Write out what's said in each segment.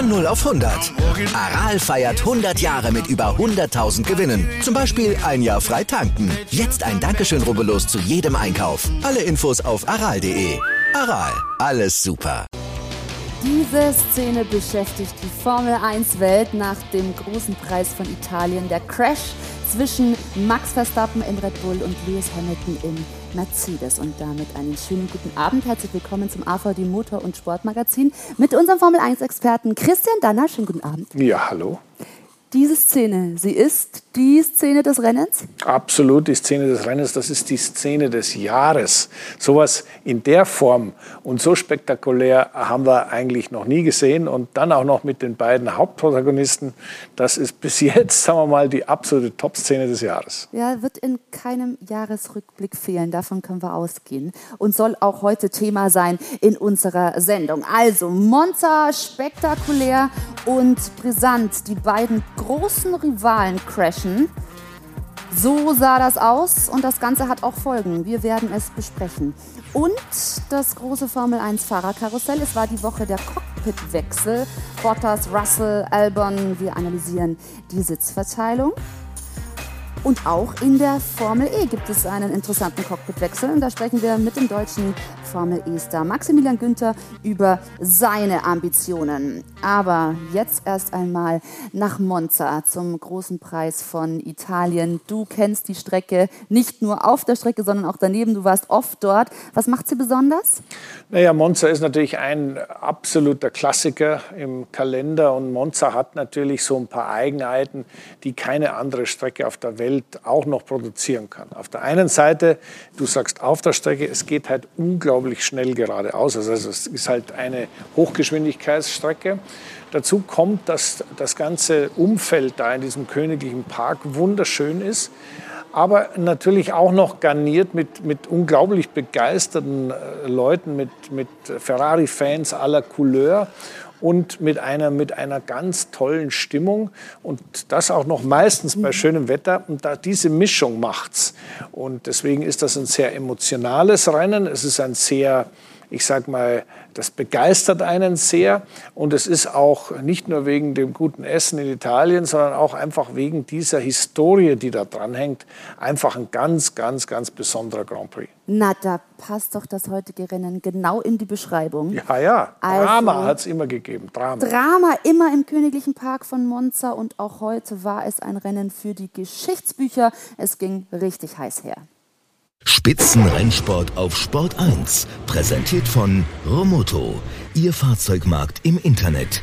Von 0 auf 100. Aral feiert 100 Jahre mit über 100.000 Gewinnen. Zum Beispiel ein Jahr frei tanken. Jetzt ein Dankeschön, rubbellos zu jedem Einkauf. Alle Infos auf aral.de. Aral, alles super. Diese Szene beschäftigt die Formel-1-Welt nach dem großen Preis von Italien. Der Crash zwischen Max Verstappen im Red Bull und Lewis Hamilton im Mercedes. Und damit einen schönen guten Abend. Herzlich willkommen zum AVD Motor- und Sportmagazin mit unserem Formel-1-Experten Christian Danner. Schönen guten Abend. Ja, hallo. Diese Szene, sie ist die Szene des Rennens? Absolut die Szene des Rennens, das ist die Szene des Jahres. Sowas in der Form und so spektakulär haben wir eigentlich noch nie gesehen. Und dann auch noch mit den beiden Hauptprotagonisten. Das ist bis jetzt, sagen wir mal, die absolute Top-Szene des Jahres. Ja, wird in keinem Jahresrückblick fehlen, davon können wir ausgehen. Und soll auch heute Thema sein in unserer Sendung. Also Monza, spektakulär und brisant. Die beiden großen Rivalen crashen. So sah das aus und das Ganze hat auch Folgen. Wir werden es besprechen. Und das große Formel-1-Fahrerkarussell. Es war die Woche der Cockpitwechsel. Bottas, Russell, Albon. Wir analysieren die Sitzverteilung. Und auch in der Formel E gibt es einen interessanten Cockpitwechsel. Und da sprechen wir mit dem deutschen Formel E-Star Maximilian Günther über seine Ambitionen. Aber jetzt erst einmal nach Monza zum großen Preis von Italien. Du kennst die Strecke nicht nur auf der Strecke, sondern auch daneben. Du warst oft dort. Was macht sie besonders? Naja, Monza ist natürlich ein absoluter Klassiker im Kalender. Und Monza hat natürlich so ein paar Eigenheiten, die keine andere Strecke auf der Welt auch noch produzieren kann. Auf der einen Seite, du sagst auf der Strecke, es geht halt unglaublich schnell geradeaus. Also es ist halt eine Hochgeschwindigkeitsstrecke. Dazu kommt, dass das ganze Umfeld da in diesem königlichen Park wunderschön ist. Aber natürlich auch noch garniert mit unglaublich begeisterten Leuten, mit Ferrari-Fans aller Couleur. Und mit einer ganz tollen Stimmung und das auch noch meistens bei schönem Wetter. Und diese Mischung macht's. Und deswegen ist das ein sehr emotionales Rennen. Es ist ein sehr, ich sag mal, das begeistert einen sehr. Und es ist auch nicht nur wegen dem guten Essen in Italien, sondern auch einfach wegen dieser Historie, die da dranhängt, einfach ein ganz, ganz, ganz besonderer Grand Prix. Na, da passt doch das heutige Rennen genau in die Beschreibung. Ja. Also, Drama hat es immer gegeben. Drama immer im Königlichen Park von Monza. Und auch heute war es ein Rennen für die Geschichtsbücher. Es ging richtig heiß her. Spitzenrennsport auf Sport 1. Präsentiert von Romoto. Ihr Fahrzeugmarkt im Internet.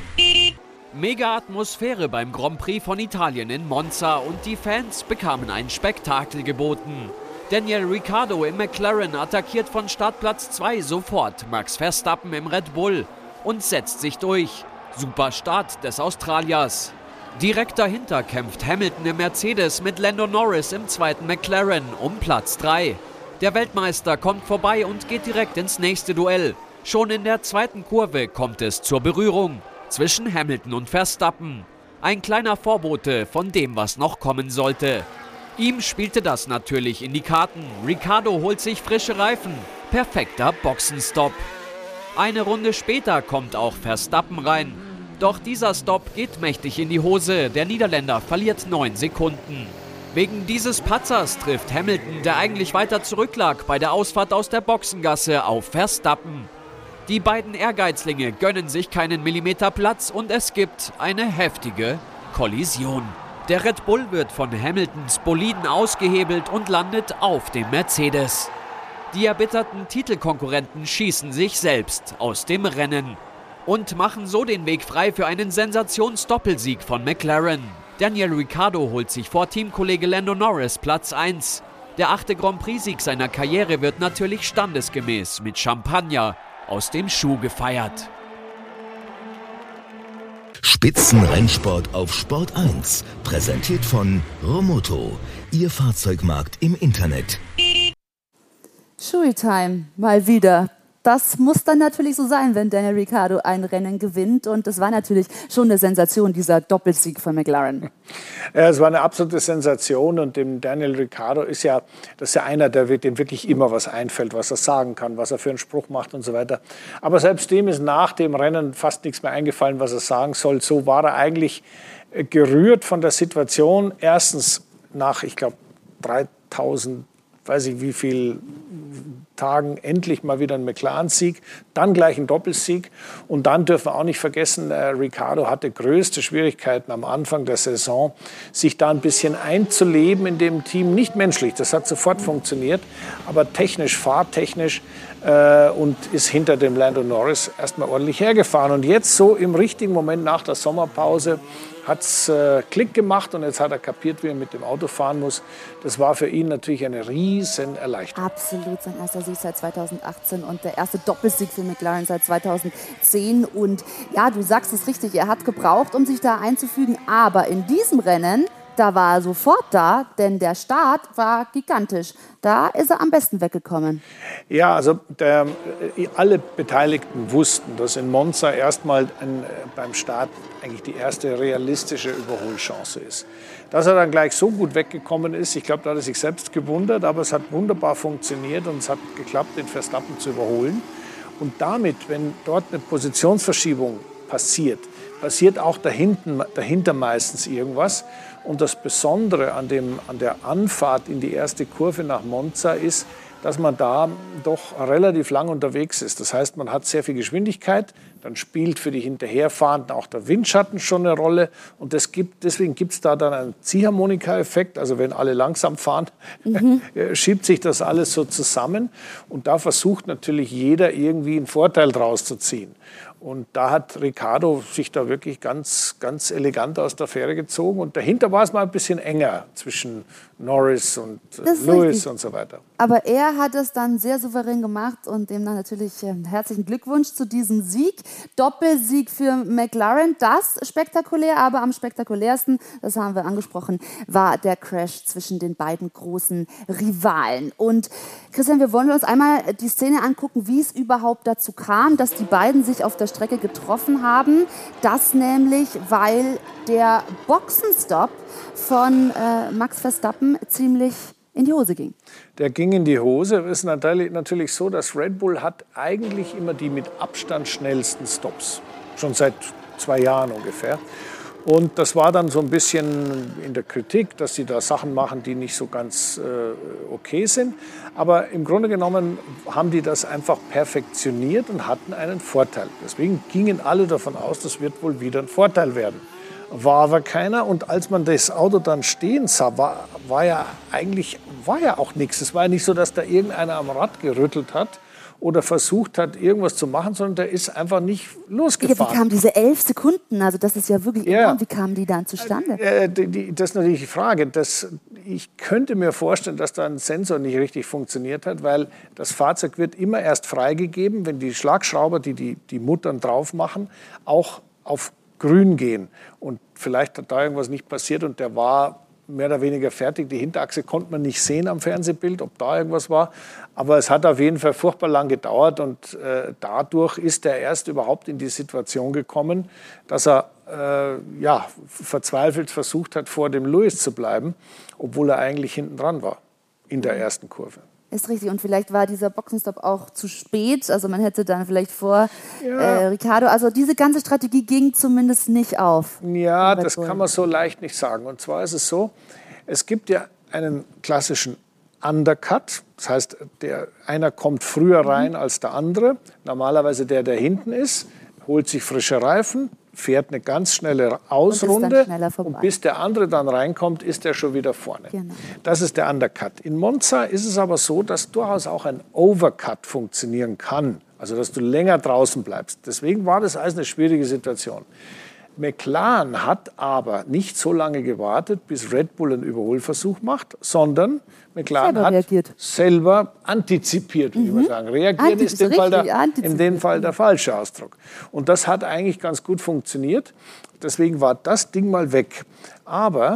Mega Atmosphäre beim Grand Prix von Italien in Monza und die Fans bekamen ein Spektakel geboten. Daniel Ricciardo im McLaren attackiert von Startplatz 2 sofort Max Verstappen im Red Bull und setzt sich durch. Super Start des Australiers. Direkt dahinter kämpft Hamilton im Mercedes mit Lando Norris im zweiten McLaren um Platz 3. Der Weltmeister kommt vorbei und geht direkt ins nächste Duell. Schon in der zweiten Kurve kommt es zur Berührung zwischen Hamilton und Verstappen. Ein kleiner Vorbote von dem, was noch kommen sollte. Ihm spielte das natürlich in die Karten. Ricciardo holt sich frische Reifen. Perfekter Boxenstopp. Eine Runde später kommt auch Verstappen rein. Doch dieser Stopp geht mächtig in die Hose. Der Niederländer verliert 9 Sekunden. Wegen dieses Patzers trifft Hamilton, der eigentlich weiter zurücklag, bei der Ausfahrt aus der Boxengasse auf Verstappen. Die beiden Ehrgeizlinge gönnen sich keinen Millimeter Platz und es gibt eine heftige Kollision. Der Red Bull wird von Hamiltons Boliden ausgehebelt und landet auf dem Mercedes. Die erbitterten Titelkonkurrenten schießen sich selbst aus dem Rennen und machen so den Weg frei für einen Sensationsdoppelsieg von McLaren. Daniel Ricciardo holt sich vor Teamkollege Lando Norris Platz 1. Der 8. Grand Prix-Sieg seiner Karriere wird natürlich standesgemäß mit Champagner aus dem Schuh gefeiert. Spitzenrennsport auf Sport 1. Präsentiert von Romoto. Ihr Fahrzeugmarkt im Internet. Shoei-Time, mal wieder. das muss dann natürlich so sein, wenn Daniel Ricciardo ein Rennen gewinnt. Und das war natürlich schon eine Sensation, dieser Doppelsieg von McLaren. Ja, es war eine absolute Sensation. Und dem Daniel Ricciardo das ist ja einer, dem wirklich immer was einfällt, was er sagen kann, was er für einen Spruch macht und so weiter. Aber selbst dem ist nach dem Rennen fast nichts mehr eingefallen, was er sagen soll. So war er eigentlich gerührt von der Situation. Erstens nach, ich glaube, 3000, weiß ich wie viel Tagen endlich mal wieder ein McLaren-Sieg, dann gleich ein Doppelsieg. Und dann dürfen wir auch nicht vergessen, Ricciardo hatte größte Schwierigkeiten am Anfang der Saison, sich da ein bisschen einzuleben in dem Team. Nicht menschlich, das hat sofort funktioniert, aber technisch, fahrtechnisch und ist hinter dem Lando Norris erstmal ordentlich hergefahren. Und jetzt so im richtigen Moment nach der Sommerpause hat es Klick gemacht und jetzt hat er kapiert, wie er mit dem Auto fahren muss. Das war für ihn natürlich eine riesen Erleichterung. Absolut, sein erster Sieg seit 2018 und der erste Doppelsieg für McLaren seit 2010. Und ja, du sagst es richtig, er hat gebraucht, um sich da einzufügen. Aber in diesem Rennen, da war er sofort da, denn der Start war gigantisch. Da ist er am besten weggekommen. Ja, also alle Beteiligten wussten, dass in Monza erstmal beim Start eigentlich die erste realistische Überholchance ist. Dass er dann gleich so gut weggekommen ist, ich glaube, da hat er sich selbst gewundert, aber es hat wunderbar funktioniert und es hat geklappt, den Verstappen zu überholen. Und damit, wenn dort eine Positionsverschiebung passiert auch dahinter meistens irgendwas. Und das Besondere an der Anfahrt in die erste Kurve nach Monza ist, dass man da doch relativ lang unterwegs ist. Das heißt, man hat sehr viel Geschwindigkeit, dann spielt für die Hinterherfahrenden auch der Windschatten schon eine Rolle. Und deswegen gibt es da dann einen Ziehharmonika-Effekt. Also wenn alle langsam fahren, schiebt sich das alles so zusammen. Und da versucht natürlich jeder irgendwie einen Vorteil draus zu ziehen. Und da hat Ricciardo sich da wirklich ganz, ganz elegant aus der Fähre gezogen. Und dahinter war es mal ein bisschen enger zwischen Norris und Lewis und so weiter. Aber er hat es dann sehr souverän gemacht und demnach natürlich herzlichen Glückwunsch zu diesem Sieg. Doppelsieg für McLaren, das spektakulär, aber am spektakulärsten, das haben wir angesprochen, war der Crash zwischen den beiden großen Rivalen. Und Christian, wir wollen uns einmal die Szene angucken, wie es überhaupt dazu kam, dass die beiden sich auf der Strecke getroffen haben. Das nämlich, weil der Boxenstopp von Max Verstappen ziemlich in die Hose ging. Der ging in die Hose. Es ist natürlich so, dass Red Bull hat eigentlich immer die mit Abstand schnellsten Stops. Schon seit 2 Jahren ungefähr. Und das war dann so ein bisschen in der Kritik, dass sie da Sachen machen, die nicht so ganz okay sind. Aber im Grunde genommen haben die das einfach perfektioniert und hatten einen Vorteil. Deswegen gingen alle davon aus, das wird wohl wieder ein Vorteil werden. War aber keiner. Und als man das Auto dann stehen sah, war ja auch nichts. Es war ja nicht so, dass da irgendeiner am Rad gerüttelt hat oder versucht hat, irgendwas zu machen, sondern der ist einfach nicht losgefahren. Ja, wie kamen diese 11 Sekunden? Also das ist ja wirklich enorm. Wie kamen die dann zustande? Das ist natürlich die Frage. Ich könnte mir vorstellen, dass da ein Sensor nicht richtig funktioniert hat, weil das Fahrzeug wird immer erst freigegeben, wenn die Schlagschrauber, die Muttern drauf machen, auch auf grün gehen. Und vielleicht hat da irgendwas nicht passiert und der war mehr oder weniger fertig. Die Hinterachse konnte man nicht sehen am Fernsehbild, ob da irgendwas war. Aber es hat auf jeden Fall furchtbar lang gedauert und dadurch ist er erst überhaupt in die Situation gekommen, dass er verzweifelt versucht hat, vor dem Lewis zu bleiben, obwohl er eigentlich hinten dran war in der ersten Kurve. Ist richtig. Und vielleicht war dieser Boxenstopp auch zu spät. Also man hätte dann vielleicht vor Ricciardo. Also diese ganze Strategie ging zumindest nicht auf. Ja, das kann man so leicht nicht sagen. Und zwar ist es so, es gibt ja einen klassischen Undercut. Das heißt, einer kommt früher rein als der andere. Normalerweise der hinten ist, holt sich frische Reifen, fährt eine ganz schnelle Ausrunde und bis der andere dann reinkommt, ist er schon wieder vorne. Genau. Das ist der Undercut. In Monza ist es aber so, dass durchaus auch ein Overcut funktionieren kann, also dass du länger draußen bleibst. Deswegen war das alles eine schwierige Situation. McLaren hat aber nicht so lange gewartet, bis Red Bull einen Überholversuch macht, sondern McLaren hat selber antizipiert, wie wir sagen. Reagiert ist in dem Fall der falsche Ausdruck. Und das hat eigentlich ganz gut funktioniert. Deswegen war das Ding mal weg. Aber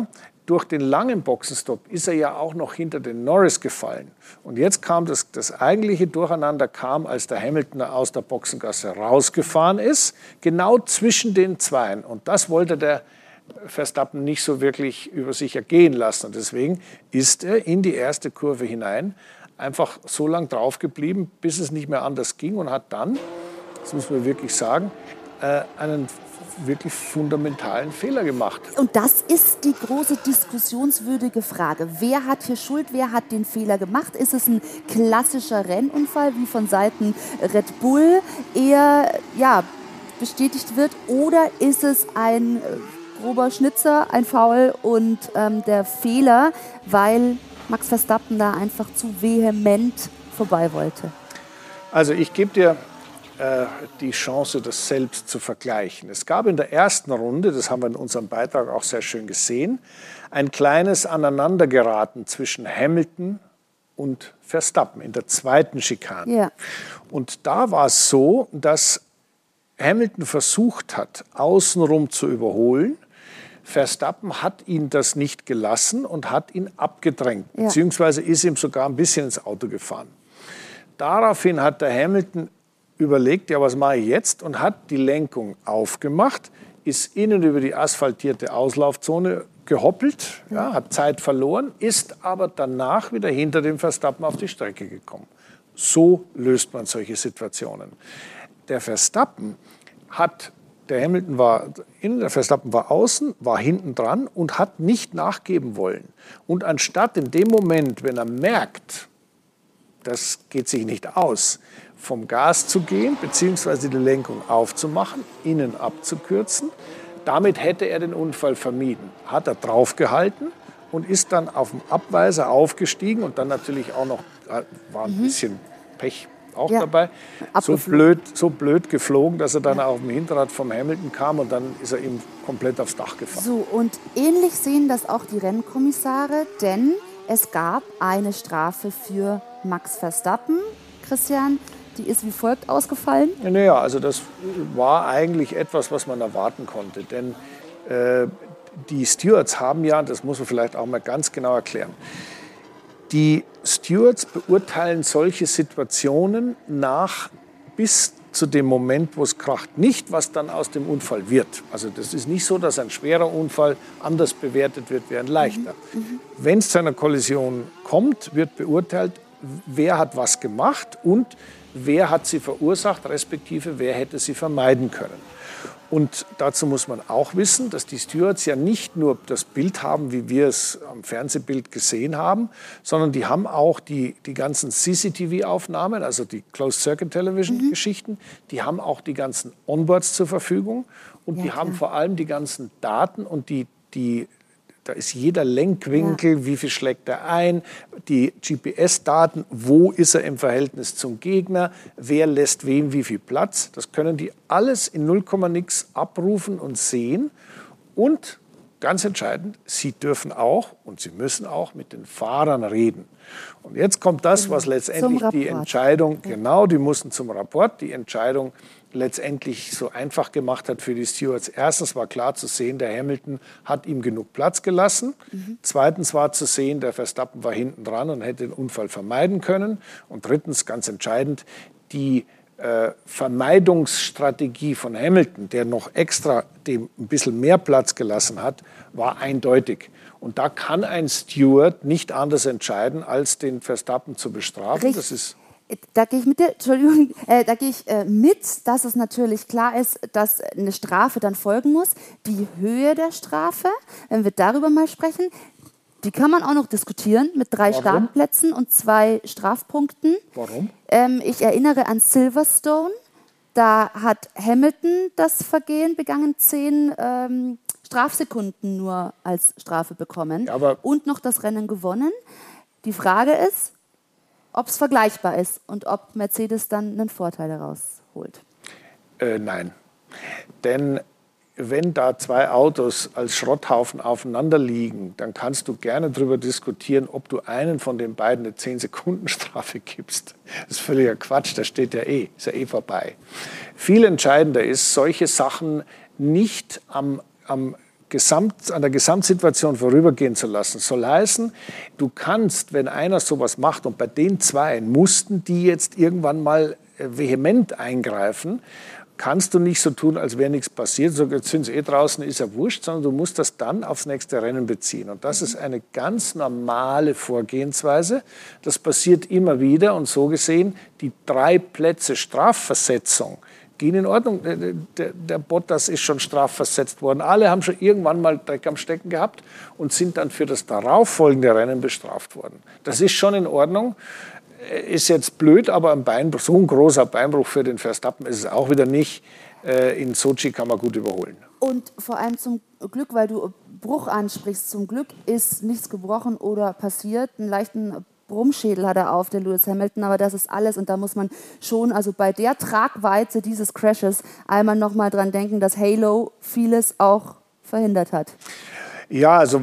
durch den langen Boxenstopp ist er ja auch noch hinter den Norris gefallen. Und jetzt kam das eigentliche Durcheinander, als der Hamilton aus der Boxengasse rausgefahren ist, genau zwischen den Zweien. Und das wollte der Verstappen nicht so wirklich über sich ergehen lassen. Und deswegen ist er in die erste Kurve hinein einfach so lang drauf geblieben, bis es nicht mehr anders ging und hat dann, das muss man wirklich sagen, einen wirklich fundamentalen Fehler gemacht. Und das ist die große diskussionswürdige Frage. Wer hat hier Schuld? Wer hat den Fehler gemacht? Ist es ein klassischer Rennunfall, wie von Seiten Red Bull eher bestätigt wird? Oder ist es ein grober Schnitzer, ein Foul und der Fehler, weil Max Verstappen da einfach zu vehement vorbei wollte? Also ich gebe dir die Chance, das selbst zu vergleichen. Es gab in der ersten Runde, das haben wir in unserem Beitrag auch sehr schön gesehen, ein kleines Aneinandergeraten zwischen Hamilton und Verstappen in der zweiten Schikane. Ja. Und da war es so, dass Hamilton versucht hat, außenrum zu überholen. Verstappen hat ihn das nicht gelassen und hat ihn abgedrängt, beziehungsweise ist ihm sogar ein bisschen ins Auto gefahren. Daraufhin hat der Hamilton überlegt, ja, was mache ich jetzt? Und hat die Lenkung aufgemacht, ist innen über die asphaltierte Auslaufzone gehoppelt, hat Zeit verloren, ist aber danach wieder hinter dem Verstappen auf die Strecke gekommen. So löst man solche Situationen. Der Verstappen war innen, der Verstappen war außen, war hinten dran und hat nicht nachgeben wollen. Und anstatt in dem Moment, wenn er merkt, das geht sich nicht aus, vom Gas zu gehen, beziehungsweise die Lenkung aufzumachen, innen abzukürzen. Damit hätte er den Unfall vermieden. Hat er draufgehalten und ist dann auf dem Abweiser aufgestiegen und dann natürlich auch noch, war ein bisschen Pech auch dabei, so blöd geflogen, dass er dann auf dem Hinterrad vom Hamilton kam und dann ist er ihm komplett aufs Dach gefahren. So, und ähnlich sehen das auch die Rennkommissare, denn es gab eine Strafe für Max Verstappen, Christian. Die ist wie folgt ausgefallen? Naja, also das war eigentlich etwas, was man erwarten konnte. Denn die Stewards haben ja, das muss man vielleicht auch mal ganz genau erklären, die Stewards beurteilen solche Situationen bis zu dem Moment, wo es kracht. Nicht, was dann aus dem Unfall wird. Also das ist nicht so, dass ein schwerer Unfall anders bewertet wird wie ein leichter. Wenn es zu einer Kollision kommt, wird beurteilt, wer hat was gemacht und wer hat sie verursacht, respektive wer hätte sie vermeiden können. Und dazu muss man auch wissen, dass die Stewards ja nicht nur das Bild haben, wie wir es am Fernsehbild gesehen haben, sondern die haben auch die ganzen CCTV-Aufnahmen, also die Closed-Circuit-Television-Geschichten, die haben auch die ganzen Onboards zur Verfügung und die haben vor allem die ganzen Daten und da ist jeder Lenkwinkel, wie viel schlägt er ein, die GPS-Daten, wo ist er im Verhältnis zum Gegner, wer lässt wem wie viel Platz. Das können die alles in 0,nix abrufen und sehen. Und ganz entscheidend, sie dürfen auch und sie müssen auch mit den Fahrern reden. Und jetzt kommt das, was letztendlich die Entscheidung, die mussten zum Rapport, die Entscheidung letztendlich so einfach gemacht hat für die Stewards. Erstens war klar zu sehen, der Hamilton hat ihm genug Platz gelassen. Zweitens war zu sehen, der Verstappen war hinten dran und hätte den Unfall vermeiden können. Und drittens, ganz entscheidend, die Vermeidungsstrategie von Hamilton, der noch extra dem ein bisschen mehr Platz gelassen hat, war eindeutig. Und da kann ein Steward nicht anders entscheiden, als den Verstappen zu bestrafen. Das ist da gehe ich mit dir, Entschuldigung, da gehe ich mit, dass es natürlich klar ist, dass eine Strafe dann folgen muss. Die Höhe der Strafe, wenn wir darüber mal sprechen, die kann man auch noch diskutieren mit 3 Startplätzen und 2 Strafpunkten. Warum? Ich erinnere an Silverstone. Da hat Hamilton das Vergehen begangen, 10 Strafsekunden nur als Strafe bekommen und noch das Rennen gewonnen. Die Frage ist, ob es vergleichbar ist und ob Mercedes dann einen Vorteil daraus holt. Nein, denn wenn da 2 Autos als Schrotthaufen aufeinander liegen, dann kannst du gerne darüber diskutieren, ob du einen von den beiden eine 10-Sekunden-Strafe gibst. Das ist völliger Quatsch, das steht ist ja vorbei. Viel entscheidender ist, solche Sachen nicht am der Gesamtsituation vorübergehen zu lassen, soll heißen, du kannst, wenn einer sowas macht, und bei den zwei mussten die jetzt irgendwann mal vehement eingreifen, kannst du nicht so tun, als wäre nichts passiert, so jetzt sind sie draußen, ist ja wurscht, sondern du musst das dann aufs nächste Rennen beziehen. Und das ist eine ganz normale Vorgehensweise. Das passiert immer wieder und so gesehen, die 3 Plätze Strafversetzung gehen in Ordnung. Der Bottas ist schon strafversetzt worden. Alle haben schon irgendwann mal Dreck am Stecken gehabt und sind dann für das darauffolgende Rennen bestraft worden. Das ist schon in Ordnung. Ist jetzt blöd, aber ein Beinbruch, so ein großer Beinbruch für den Verstappen ist es auch wieder nicht. In Sochi kann man gut überholen. Und vor allem zum Glück, weil du Bruch ansprichst, zum Glück ist nichts gebrochen oder passiert. Einen leichten Brummschädel hat er auf, der Lewis Hamilton, aber das ist alles. Und da muss man schon, also bei der Tragweite dieses Crashes, einmal noch mal dran denken, dass Halo vieles auch verhindert hat. Ja, also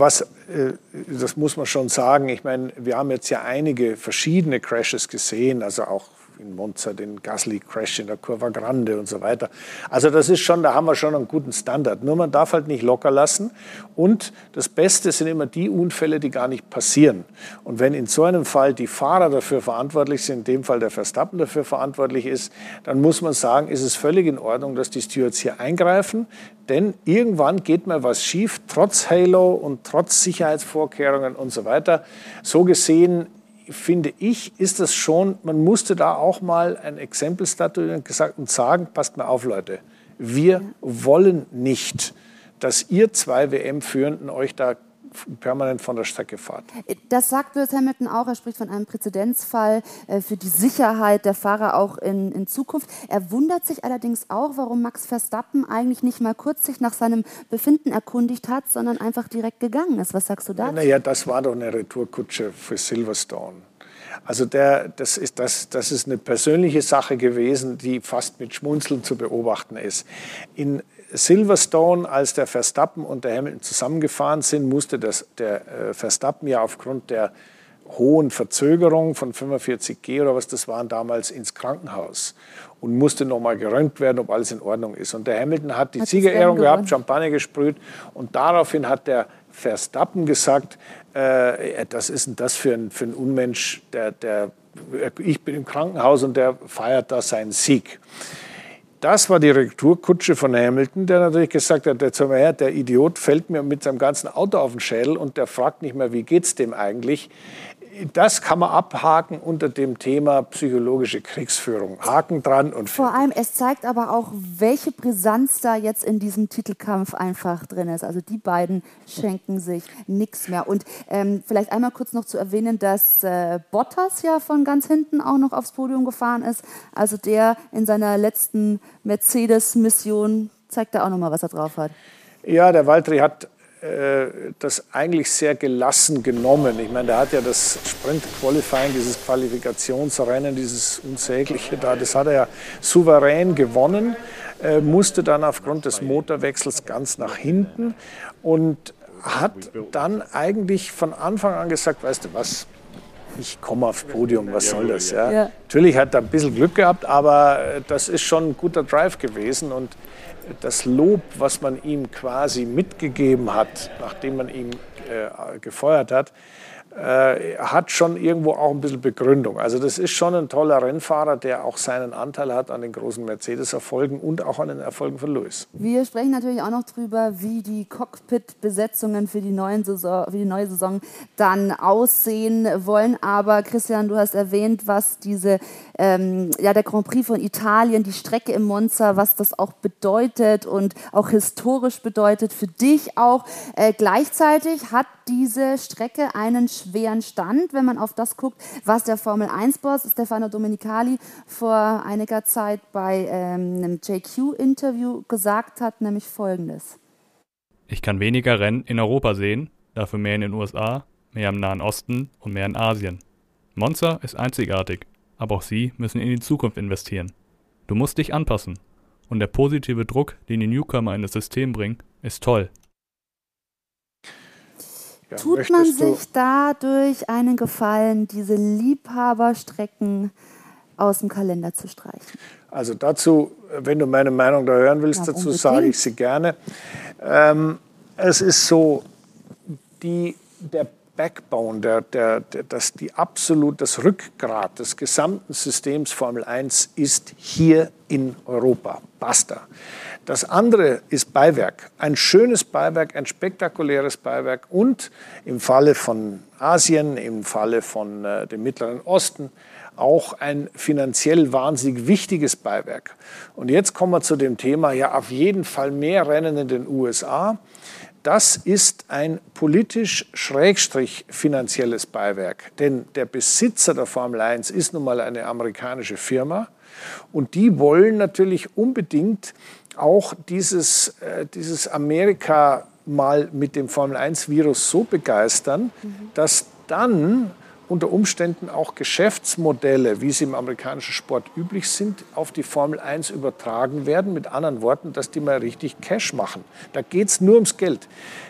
das muss man schon sagen. Ich meine, wir haben jetzt ja einige verschiedene Crashes gesehen, also auch in Monza den Gasly-Crash in der Curva Grande und so weiter. Also das ist schon, da haben wir schon einen guten Standard. Nur man darf halt nicht locker lassen. Und das Beste sind immer die Unfälle, die gar nicht passieren. Und wenn in so einem Fall die Fahrer dafür verantwortlich sind, in dem Fall der Verstappen dafür verantwortlich ist, dann muss man sagen, ist es völlig in Ordnung, dass die Stewards hier eingreifen. Denn irgendwann geht mal was schief, trotz Halo und trotz Sicherheitsvorkehrungen und so weiter. So gesehen, finde ich, ist das schon, man musste da auch mal ein Exempel statuieren und sagen, passt mal auf, Leute, wir wollen nicht, dass ihr 2 WM-Führenden euch da permanent von der Strecke fahrt. Das sagt Lewis Hamilton auch. Er spricht von einem Präzedenzfall für die Sicherheit der Fahrer auch in Zukunft. Er wundert sich allerdings auch, warum Max Verstappen eigentlich nicht mal kurz sich nach seinem Befinden erkundigt hat, sondern einfach direkt gegangen ist. Was sagst du dazu? Naja, das war doch eine Retourkutsche für Silverstone. Also das ist eine persönliche Sache gewesen, die fast mit Schmunzeln zu beobachten ist. In Silverstone, als der Verstappen und der Hamilton zusammengefahren sind, musste der Verstappen ja aufgrund der hohen Verzögerung von 45G oder was das waren damals ins Krankenhaus und musste nochmal geröntgt werden, ob alles in Ordnung ist. Und der Hamilton hat die Siegerehrung gehabt, Champagner gesprüht und daraufhin hat der Verstappen gesagt, das ist denn das für ein Unmensch, ich bin im Krankenhaus und der feiert da seinen Sieg. Das war die Retourkutsche von Hamilton, der natürlich gesagt hat, der Idiot fällt mir mit seinem ganzen Auto auf den Schädel und der fragt nicht mehr, wie geht's dem eigentlich. Das kann man abhaken unter dem Thema psychologische Kriegsführung. Haken dran und vor allem, es zeigt aber auch, welche Brisanz da jetzt in diesem Titelkampf einfach drin ist. Also die beiden schenken sich nichts mehr. Und vielleicht einmal kurz noch zu erwähnen, dass Bottas ja von ganz hinten auch noch aufs Podium gefahren ist. Also der in seiner letzten Mercedes-Mission zeigt da auch noch mal, was er drauf hat. Ja, der Valtteri hat das eigentlich sehr gelassen genommen. Ich meine, der hat ja das Sprint-Qualifying, dieses Qualifikationsrennen, dieses unsägliche da, das hat er ja souverän gewonnen, musste dann aufgrund des Motorwechsels ganz nach hinten und hat dann eigentlich von Anfang an gesagt, weißt du was, ich komme aufs Podium, was soll das? Ja? Natürlich hat er ein bisschen Glück gehabt, aber das ist schon ein guter Drive gewesen und das Lob, was man ihm quasi mitgegeben hat, nachdem man ihn gefeuert hat, hat schon irgendwo auch ein bisschen Begründung. Also das ist schon ein toller Rennfahrer, der auch seinen Anteil hat an den großen Mercedes-Erfolgen und auch an den Erfolgen von Lewis. Wir sprechen natürlich auch noch drüber, wie die Cockpit-Besetzungen für die neue Saison dann aussehen wollen. Aber Christian, du hast erwähnt, was der Grand Prix von Italien, die Strecke im Monza, was das auch bedeutet und auch historisch bedeutet für dich auch. Gleichzeitig hat diese Strecke einen schweren Stand, wenn man auf das guckt, was der Formel-1-Boss Stefano Domenicali vor einiger Zeit bei einem JQ-Interview gesagt hat, nämlich Folgendes. Ich kann weniger Rennen in Europa sehen, dafür mehr in den USA, mehr im Nahen Osten und mehr in Asien. Monza ist einzigartig, aber auch sie müssen in die Zukunft investieren. Du musst dich anpassen. Und der positive Druck, den die Newcomer in das System bringen, ist toll. Ja, tut man sich dadurch einen Gefallen, diese Liebhaberstrecken aus dem Kalender zu streichen? Also dazu, wenn du meine Meinung da hören willst, dazu sage ich sie gerne. Es ist so, der Backbone, das Rückgrat des gesamten Systems Formel 1 ist hier in Europa. Basta. Das andere ist Beiwerk. Ein schönes Beiwerk, ein spektakuläres Beiwerk und im Falle von Asien, im Falle von dem Mittleren Osten auch ein finanziell wahnsinnig wichtiges Beiwerk. Und jetzt kommen wir zu dem Thema, ja, auf jeden Fall mehr Rennen in den USA. Das ist ein politisch-finanzielles Beiwerk. Denn der Besitzer der Formel 1 ist nun mal eine amerikanische Firma. Und die wollen natürlich unbedingt auch dieses Amerika mal mit dem Formel-1-Virus so begeistern, dass dann unter Umständen auch Geschäftsmodelle, wie sie im amerikanischen Sport üblich sind, auf die Formel 1 übertragen werden. Mit anderen Worten, dass die mal richtig Cash machen. Da geht es nur ums Geld.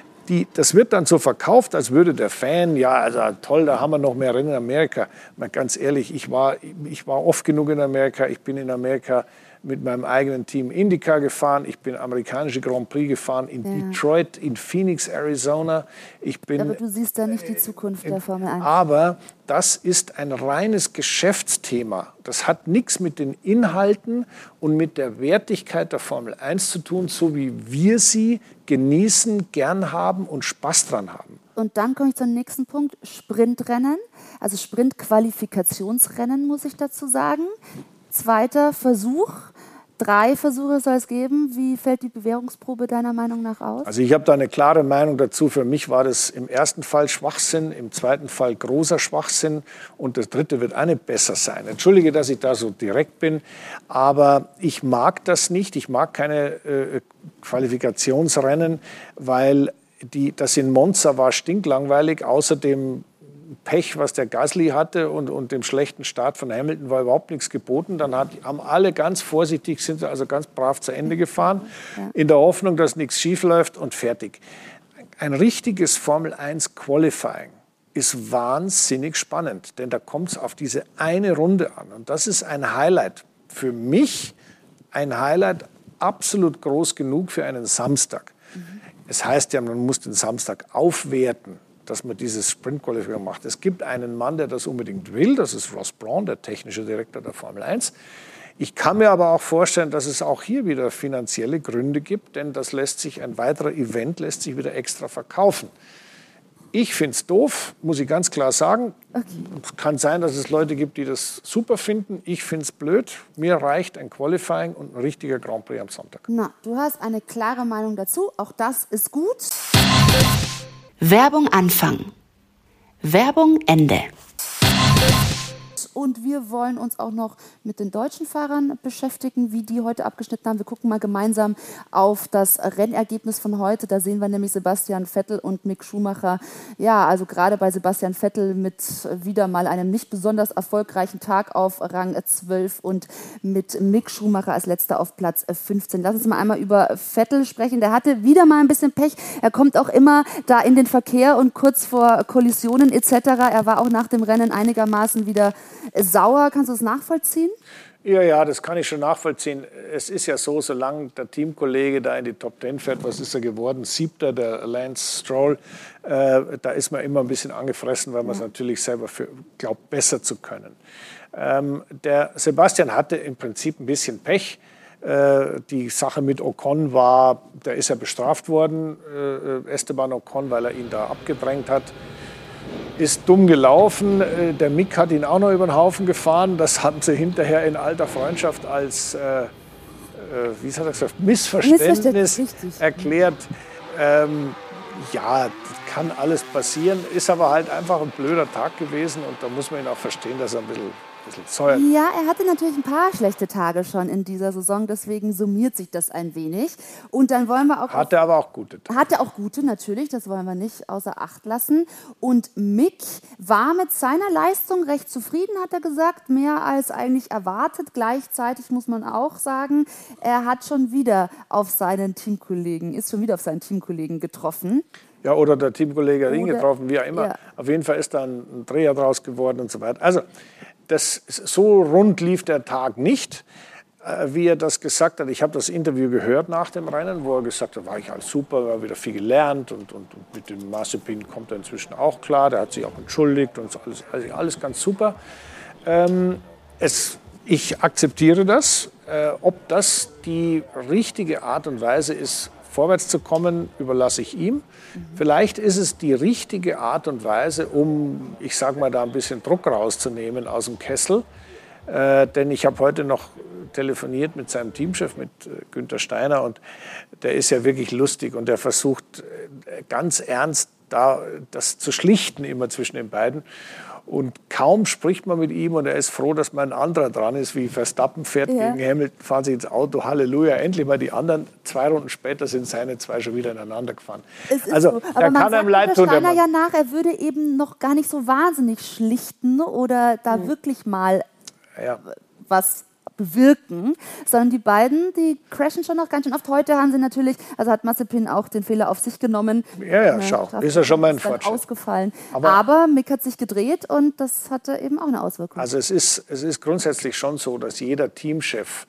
Das wird dann so verkauft, als würde der Fan, ja, also toll, da haben wir noch mehr Rennen in Amerika. Mal ganz ehrlich, ich war oft genug in Amerika. Ich bin in Amerika mit meinem eigenen Team IndyCar gefahren. Ich bin amerikanische Grand Prix gefahren in Detroit, in Phoenix, Arizona. Aber du siehst da nicht die Zukunft der Formel 1. Aber das ist ein reines Geschäftsthema. Das hat nichts mit den Inhalten und mit der Wertigkeit der Formel 1 zu tun, so wie wir sie genießen, gern haben und Spaß dran haben. Und dann komme ich zum nächsten Punkt, Sprintrennen, also Sprintqualifikationsrennen, muss ich dazu sagen. Zweiter Versuch, 3 Versuche soll es geben. Wie fällt die Bewährungsprobe deiner Meinung nach aus? Also ich habe da eine klare Meinung dazu. Für mich war das im ersten Fall Schwachsinn, im zweiten Fall großer Schwachsinn und das dritte wird auch nicht besser sein. Entschuldige, dass ich da so direkt bin, aber ich mag das nicht. Ich mag keine Qualifikationsrennen, weil das in Monza war stinklangweilig, außerdem Pech, was der Gasly hatte und dem schlechten Start von Hamilton war überhaupt nichts geboten. Dann haben alle ganz vorsichtig, sind also ganz brav zu Ende gefahren, in der Hoffnung, dass nichts schief läuft und fertig. Ein richtiges Formel 1 Qualifying ist wahnsinnig spannend, denn da kommt es auf diese eine Runde an. Und das ist ein Highlight. Für mich ein Highlight absolut groß genug für einen Samstag. Es heißt ja, man muss den Samstag aufwerten, dass man dieses Sprint-Qualifying macht. Es gibt einen Mann, der das unbedingt will, das ist Ross Brawn, der technische Direktor der Formel 1. Ich kann mir aber auch vorstellen, dass es auch hier wieder finanzielle Gründe gibt, denn ein weiterer Event lässt sich wieder extra verkaufen. Ich finde es doof, muss ich ganz klar sagen. Okay. Es kann sein, dass es Leute gibt, die das super finden. Ich finde es blöd. Mir reicht ein Qualifying und ein richtiger Grand Prix am Sonntag. Na, du hast eine klare Meinung dazu. Auch das ist gut. Werbung Anfang. Werbung Ende. Und wir wollen uns auch noch mit den deutschen Fahrern beschäftigen, wie die heute abgeschnitten haben. Wir gucken mal gemeinsam auf das Rennergebnis von heute. Da sehen wir nämlich Sebastian Vettel und Mick Schumacher. Ja, also gerade bei Sebastian Vettel mit wieder mal einem nicht besonders erfolgreichen Tag auf Rang 12 und mit Mick Schumacher als letzter auf Platz 15. Lass uns mal einmal über Vettel sprechen. Der hatte wieder mal ein bisschen Pech. Er kommt auch immer da in den Verkehr und kurz vor Kollisionen etc. Er war auch nach dem Rennen einigermaßen wieder sauer. Kannst du das nachvollziehen? Ja, das kann ich schon nachvollziehen. Es ist ja so, solange der Teamkollege da in die Top 10 fährt, was ist er geworden? 7., der Lance Stroll, da ist man immer ein bisschen angefressen, weil man es natürlich selber glaubt, besser zu können. Der Sebastian hatte im Prinzip ein bisschen Pech. Die Sache mit Ocon der ist ja bestraft worden, Esteban Ocon, weil er ihn da abgedrängt hat. Ist dumm gelaufen. Der Mick hat ihn auch noch über den Haufen gefahren. Das haben sie hinterher in alter Freundschaft als wie hat er gesagt, Missverständnis erklärt. Ja, kann alles passieren. Ist aber halt einfach ein blöder Tag gewesen. Und da muss man ihn auch verstehen, dass er ein bisschen säuert. Ja, er hatte natürlich ein paar schlechte Tage schon in dieser Saison. Deswegen summiert sich das ein wenig. Und dann wollen wir auch... Hatte aber auch gute Tage. Hatte auch gute, natürlich. Das wollen wir nicht außer Acht lassen. Und Mick war mit seiner Leistung recht zufrieden, hat er gesagt. Mehr als eigentlich erwartet. Gleichzeitig muss man auch sagen, er hat schon wieder auf seinen Teamkollegen getroffen. Ja, oder der Teamkollege hat ihn getroffen, wie auch immer. Ja. Auf jeden Fall ist da ein Dreher draus geworden und so weiter. Also, so rund lief der Tag nicht. wie er das gesagt hat. Ich habe das Interview gehört nach dem Rennen, wo er gesagt hat, war ich alles super, war wieder viel gelernt und mit dem Mazepin kommt er inzwischen auch klar. Der hat sich auch entschuldigt und so, alles ganz super. Ich akzeptiere das. Ob das die richtige Art und Weise ist, vorwärts zu kommen, überlasse ich ihm. Vielleicht ist es die richtige Art und Weise, um, ich sage mal, da ein bisschen Druck rauszunehmen aus dem Kessel. Denn ich habe heute noch telefoniert mit seinem Teamchef, mit Günther Steiner, und der ist ja wirklich lustig und der versucht ganz ernst das zu schlichten immer zwischen den beiden. Und kaum spricht man mit ihm und er ist froh, dass mal ein anderer dran ist, wie Verstappen fährt gegen Hamilton, fahren sie ins Auto, Halleluja, endlich mal die anderen. 2 Runden später sind seine 2 schon wieder ineinander gefahren. Also, so. Aber man sagt Steiner ja nach, er würde eben noch gar nicht so wahnsinnig schlichten oder da wirklich mal was bewirken, sondern die beiden, die crashen schon noch ganz schön oft. Heute haben sie natürlich, also hat Mazepin auch den Fehler auf sich genommen. Schau, ist ja schon mal ein Fortschritt. Ausgefallen. Aber Mick hat sich gedreht und das hatte eben auch eine Auswirkung. Also es ist grundsätzlich schon so, dass jeder Teamchef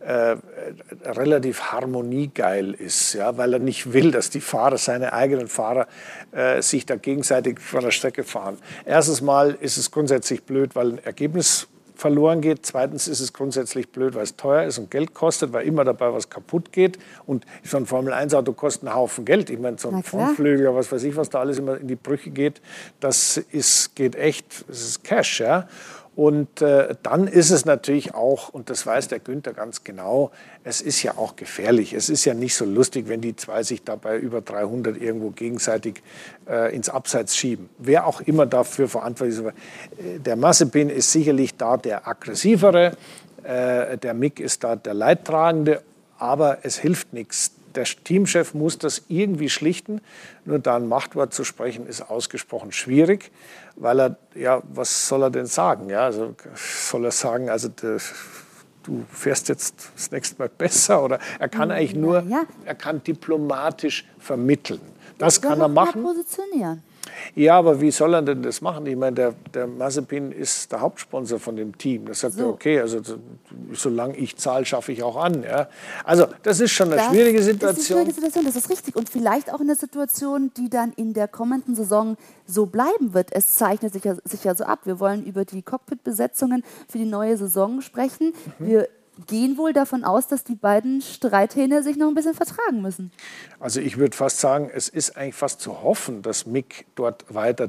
relativ harmoniegeil ist, ja, weil er nicht will, dass die Fahrer, seine eigenen Fahrer, sich da gegenseitig von der Strecke fahren. Erstens mal ist es grundsätzlich blöd, weil ein Ergebnis verloren geht. Zweitens ist es grundsätzlich blöd, weil es teuer ist und Geld kostet, weil immer dabei was kaputt geht. Und so ein Formel-1-Auto kostet einen Haufen Geld. Ich meine, so ein Frontflügel, was weiß ich, was da alles immer in die Brüche geht, das geht echt, das ist Cash, ja. Und dann ist es natürlich auch, und das weiß der Günther ganz genau, es ist ja auch gefährlich. Es ist ja nicht so lustig, wenn die zwei sich dabei über 300 irgendwo gegenseitig ins Abseits schieben. Wer auch immer dafür verantwortlich ist. Der Mazepin ist sicherlich da der aggressivere, der Mick ist da der Leidtragende, aber es hilft nichts. Der Teamchef muss das irgendwie schlichten. Nur da ein Machtwort zu sprechen, ist ausgesprochen schwierig, weil er, ja, was soll er denn sagen? Ja, also soll er sagen, also du fährst jetzt das nächste Mal besser? Oder er kann eigentlich nur, er kann diplomatisch vermitteln. Das kann er machen. Positionieren. Ja, aber wie soll er denn das machen? Ich meine, der Mazepin ist der Hauptsponsor von dem Team. Das sagt er, okay, also solange ich zahle, schaffe ich auch an. Ja. Also das ist schon eine schwierige Situation. Das ist richtig. Und vielleicht auch eine Situation, die dann in der kommenden Saison so bleiben wird. Es zeichnet sich ja so ab. Wir wollen über die Cockpit-Besetzungen für die neue Saison sprechen. Wir gehen wohl davon aus, dass die beiden Streithähne sich noch ein bisschen vertragen müssen. Also ich würde fast sagen, es ist eigentlich fast zu hoffen, dass Mick dort weiter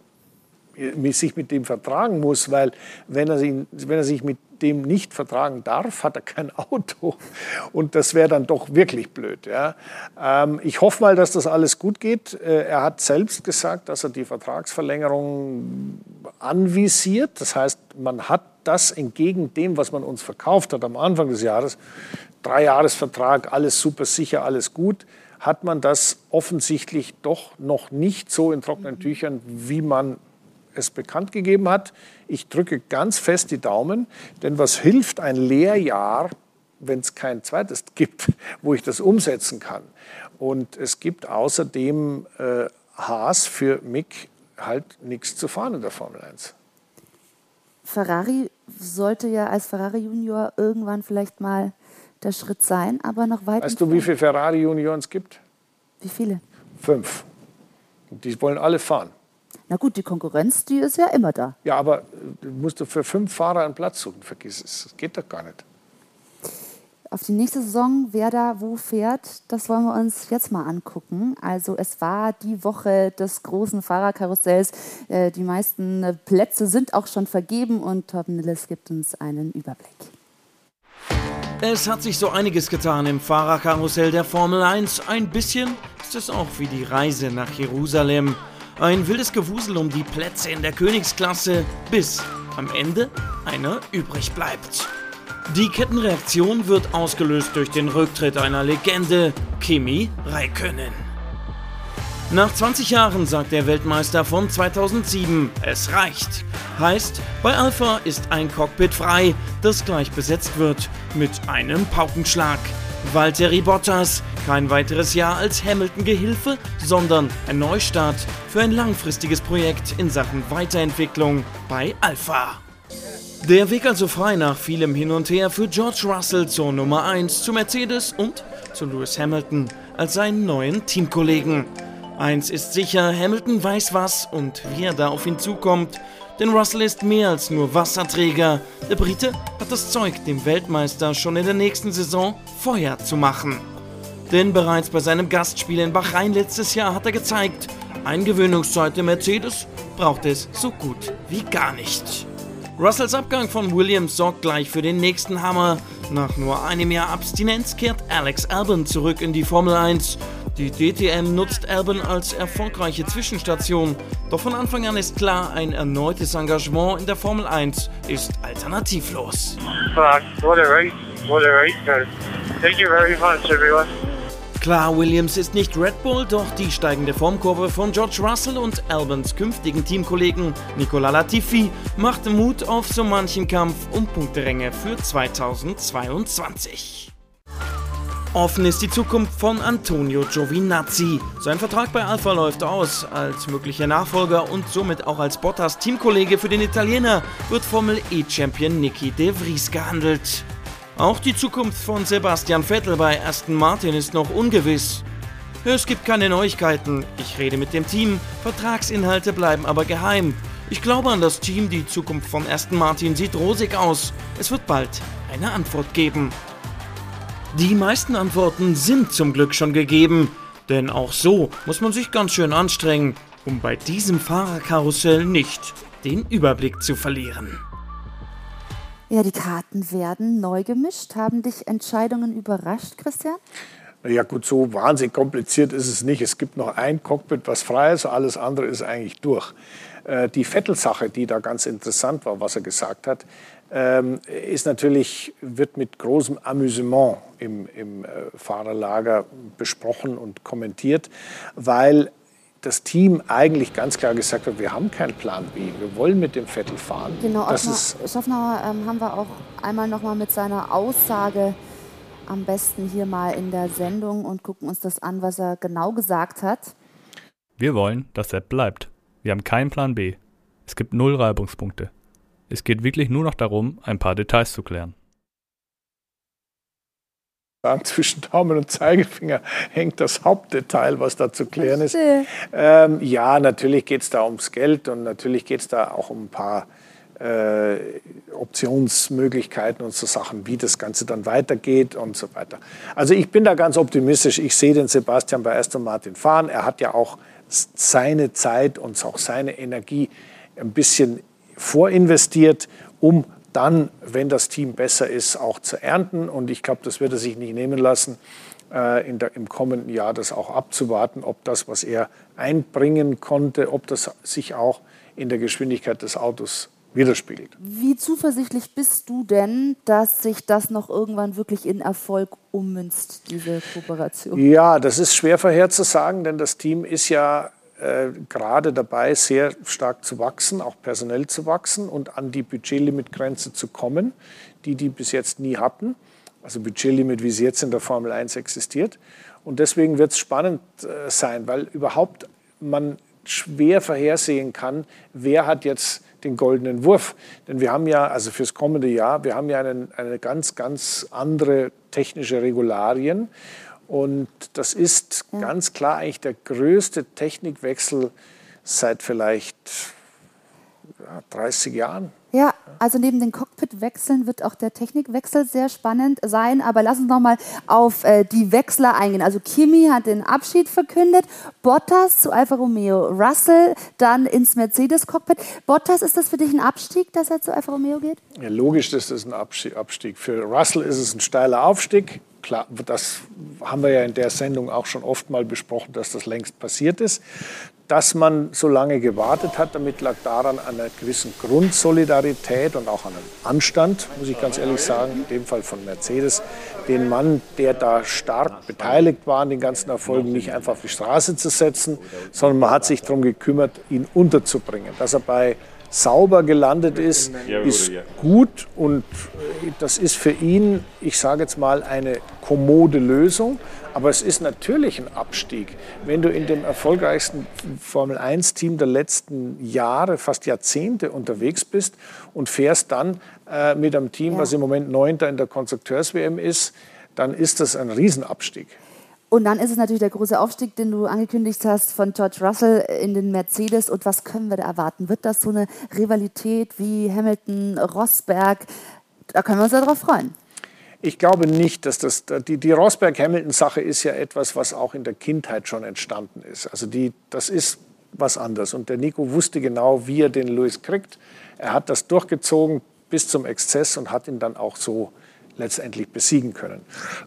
sich mit dem vertragen muss, weil wenn er sich mit dem nicht vertragen darf, hat er kein Auto. Und das wäre dann doch wirklich blöd. Ja. Ich hoffe mal, dass das alles gut geht. Er hat selbst gesagt, dass er die Vertragsverlängerung anvisiert. Das heißt, man hat das entgegen dem, was man uns verkauft hat am Anfang des Jahres, 3-Jahres-Vertrag, alles super sicher, alles gut, hat man das offensichtlich doch noch nicht so in trockenen Tüchern, wie man es bekannt gegeben hat. Ich drücke ganz fest die Daumen, denn was hilft ein Lehrjahr, wenn es kein zweites gibt, wo ich das umsetzen kann? Und es gibt außerdem Haas für Mick halt nichts zu fahren in der Formel 1. Ferrari sollte ja als Ferrari Junior irgendwann vielleicht mal der Schritt sein, aber noch weit. Weißt du, wie viele Ferrari Junioren es gibt? Wie viele? 5. Und die wollen alle fahren. Na gut, die Konkurrenz, die ist ja immer da. Ja, aber du musst für 5 Fahrer einen Platz suchen, vergiss es. Das geht doch gar nicht. Auf die nächste Saison, wer da wo fährt, das wollen wir uns jetzt mal angucken. Also es war die Woche des großen Fahrerkarussells. Die meisten Plätze sind auch schon vergeben und Torben Nilles gibt uns einen Überblick. Es hat sich so einiges getan im Fahrerkarussell der Formel 1. Ein bisschen ist es auch wie die Reise nach Jerusalem. Ein wildes Gewusel um die Plätze in der Königsklasse, bis am Ende einer übrig bleibt. Die Kettenreaktion wird ausgelöst durch den Rücktritt einer Legende, Kimi Räikkönen. Nach 20 Jahren sagt der Weltmeister von 2007, es reicht. Heißt, bei Alpha ist ein Cockpit frei, das gleich besetzt wird mit einem Paukenschlag. Valtteri Bottas, kein weiteres Jahr als Hamilton-Gehilfe, sondern ein Neustart für ein langfristiges Projekt in Sachen Weiterentwicklung bei Alpha. Der Weg also frei nach vielem Hin und Her für George Russell zur Nummer 1, zu Mercedes und zu Lewis Hamilton als seinen neuen Teamkollegen. Eins ist sicher, Hamilton weiß was und wie er da auf ihn zukommt. Denn Russell ist mehr als nur Wasserträger. Der Brite hat das Zeug, dem Weltmeister schon in der nächsten Saison Feuer zu machen. Denn bereits bei seinem Gastspiel in Bahrain letztes Jahr hat er gezeigt, Eingewöhnungszeit im Mercedes braucht es so gut wie gar nicht. Russells Abgang von Williams sorgt gleich für den nächsten Hammer. Nach nur einem Jahr Abstinenz kehrt Alex Albon zurück in die Formel 1. Die DTM nutzt Albon als erfolgreiche Zwischenstation. Doch von Anfang an ist klar, ein erneutes Engagement in der Formel 1 ist alternativlos. What a race. Thank you very much, everyone. Klar, Williams ist nicht Red Bull, doch die steigende Formkurve von George Russell und Albons künftigen Teamkollegen Nicolas Latifi macht Mut auf so manchen Kampf um Punkteränge für 2022. Offen ist die Zukunft von Antonio Giovinazzi. Sein Vertrag bei Alfa läuft aus. Als möglicher Nachfolger und somit auch als Bottas Teamkollege für den Italiener wird Formel E-Champion Nicky de Vries gehandelt. Auch die Zukunft von Sebastian Vettel bei Aston Martin ist noch ungewiss. Es gibt keine Neuigkeiten, ich rede mit dem Team, Vertragsinhalte bleiben aber geheim. Ich glaube an das Team, die Zukunft von Aston Martin sieht rosig aus. Es wird bald eine Antwort geben. Die meisten Antworten sind zum Glück schon gegeben, denn auch so muss man sich ganz schön anstrengen, um bei diesem Fahrerkarussell nicht den Überblick zu verlieren. Ja, die Karten werden neu gemischt. Haben dich Entscheidungen überrascht, Christian? Ja gut, so wahnsinnig kompliziert ist es nicht. Es gibt noch ein Cockpit, was frei ist, alles andere ist eigentlich durch. Die Vettel-Sache, die da ganz interessant war, was er gesagt hat, ist natürlich, wird mit großem Amüsement im Fahrerlager besprochen und kommentiert, weil das Team eigentlich ganz klar gesagt hat, wir haben keinen Plan B, wir wollen mit dem Vettel fahren. Genau, Schaffner haben wir auch einmal noch mal mit seiner Aussage am besten hier mal in der Sendung und gucken uns das an, was er genau gesagt hat. Wir wollen, dass Sepp bleibt. Wir haben keinen Plan B. Es gibt 0 Reibungspunkte. Es geht wirklich nur noch darum, ein paar Details zu klären. Zwischen Daumen und Zeigefinger hängt das Hauptdetail, was da zu klären ist. Ja, natürlich geht es da ums Geld und natürlich geht es da auch um ein paar Optionsmöglichkeiten und so Sachen, wie das Ganze dann weitergeht und so weiter. Also ich bin da ganz optimistisch. Ich sehe den Sebastian bei Aston Martin fahren. Er hat ja auch seine Zeit und auch seine Energie ein bisschen vorinvestiert, um dann, wenn das Team besser ist, auch zu ernten. Und ich glaube, das wird er sich nicht nehmen lassen, im kommenden Jahr das auch abzuwarten, ob das, was er einbringen konnte, ob das sich auch in der Geschwindigkeit des Autos widerspiegelt. Wie zuversichtlich bist du denn, dass sich das noch irgendwann wirklich in Erfolg ummünzt, diese Kooperation? Ja, das ist schwer vorherzusagen, denn das Team ist ja gerade dabei, sehr stark zu wachsen, auch personell zu wachsen und an die Budgetlimitgrenze zu kommen, die bis jetzt nie hatten. Also Budgetlimit, wie sie jetzt in der Formel 1 existiert. Und deswegen wird es spannend sein, weil überhaupt man schwer vorhersehen kann, wer hat jetzt den goldenen Wurf. Denn wir haben ja, also fürs kommende Jahr, wir haben ja eine ganz, ganz andere technische Regularien. Und das ist ganz klar eigentlich der größte Technikwechsel seit vielleicht 30 Jahren. Ja, also neben den Cockpitwechseln wird auch der Technikwechsel sehr spannend sein. Aber lass uns noch mal auf die Wechsler eingehen. Also Kimi hat den Abschied verkündet, Bottas zu Alfa Romeo, Russell dann ins Mercedes-Cockpit. Bottas, ist das für dich ein Abstieg, dass er zu Alfa Romeo geht? Ja, logisch ist das ein Abstieg. Für Russell ist es ein steiler Aufstieg. Klar, das haben wir ja in der Sendung auch schon oft mal besprochen, dass das längst passiert ist. Dass man so lange gewartet hat, damit lag daran an einer gewissen Grundsolidarität und auch an einem Anstand, muss ich ganz ehrlich sagen, in dem Fall von Mercedes, den Mann, der da stark beteiligt war an den ganzen Erfolgen, nicht einfach auf die Straße zu setzen, sondern man hat sich darum gekümmert, ihn unterzubringen. Dass er bei sauber gelandet ist gut und das ist für ihn, ich sage jetzt mal, eine kommode Lösung. Aber es ist natürlich ein Abstieg, wenn du in dem erfolgreichsten Formel-1-Team der letzten Jahre, fast Jahrzehnte unterwegs bist und fährst dann mit einem Team, was im Moment 9. in der Konstrukteurs-WM ist, dann ist das ein Riesenabstieg. Und dann ist es natürlich der große Aufstieg, den du angekündigt hast, von George Russell in den Mercedes. Und was können wir da erwarten? Wird das so eine Rivalität wie Hamilton-Rosberg? Da können wir uns ja drauf freuen. Ich glaube nicht, dass die Rosberg-Hamilton-Sache ist ja etwas, was auch in der Kindheit schon entstanden ist. Also das ist was anderes. Und der Nico wusste genau, wie er den Lewis kriegt. Er hat das durchgezogen bis zum Exzess und hat ihn dann auch so letztendlich besiegen können.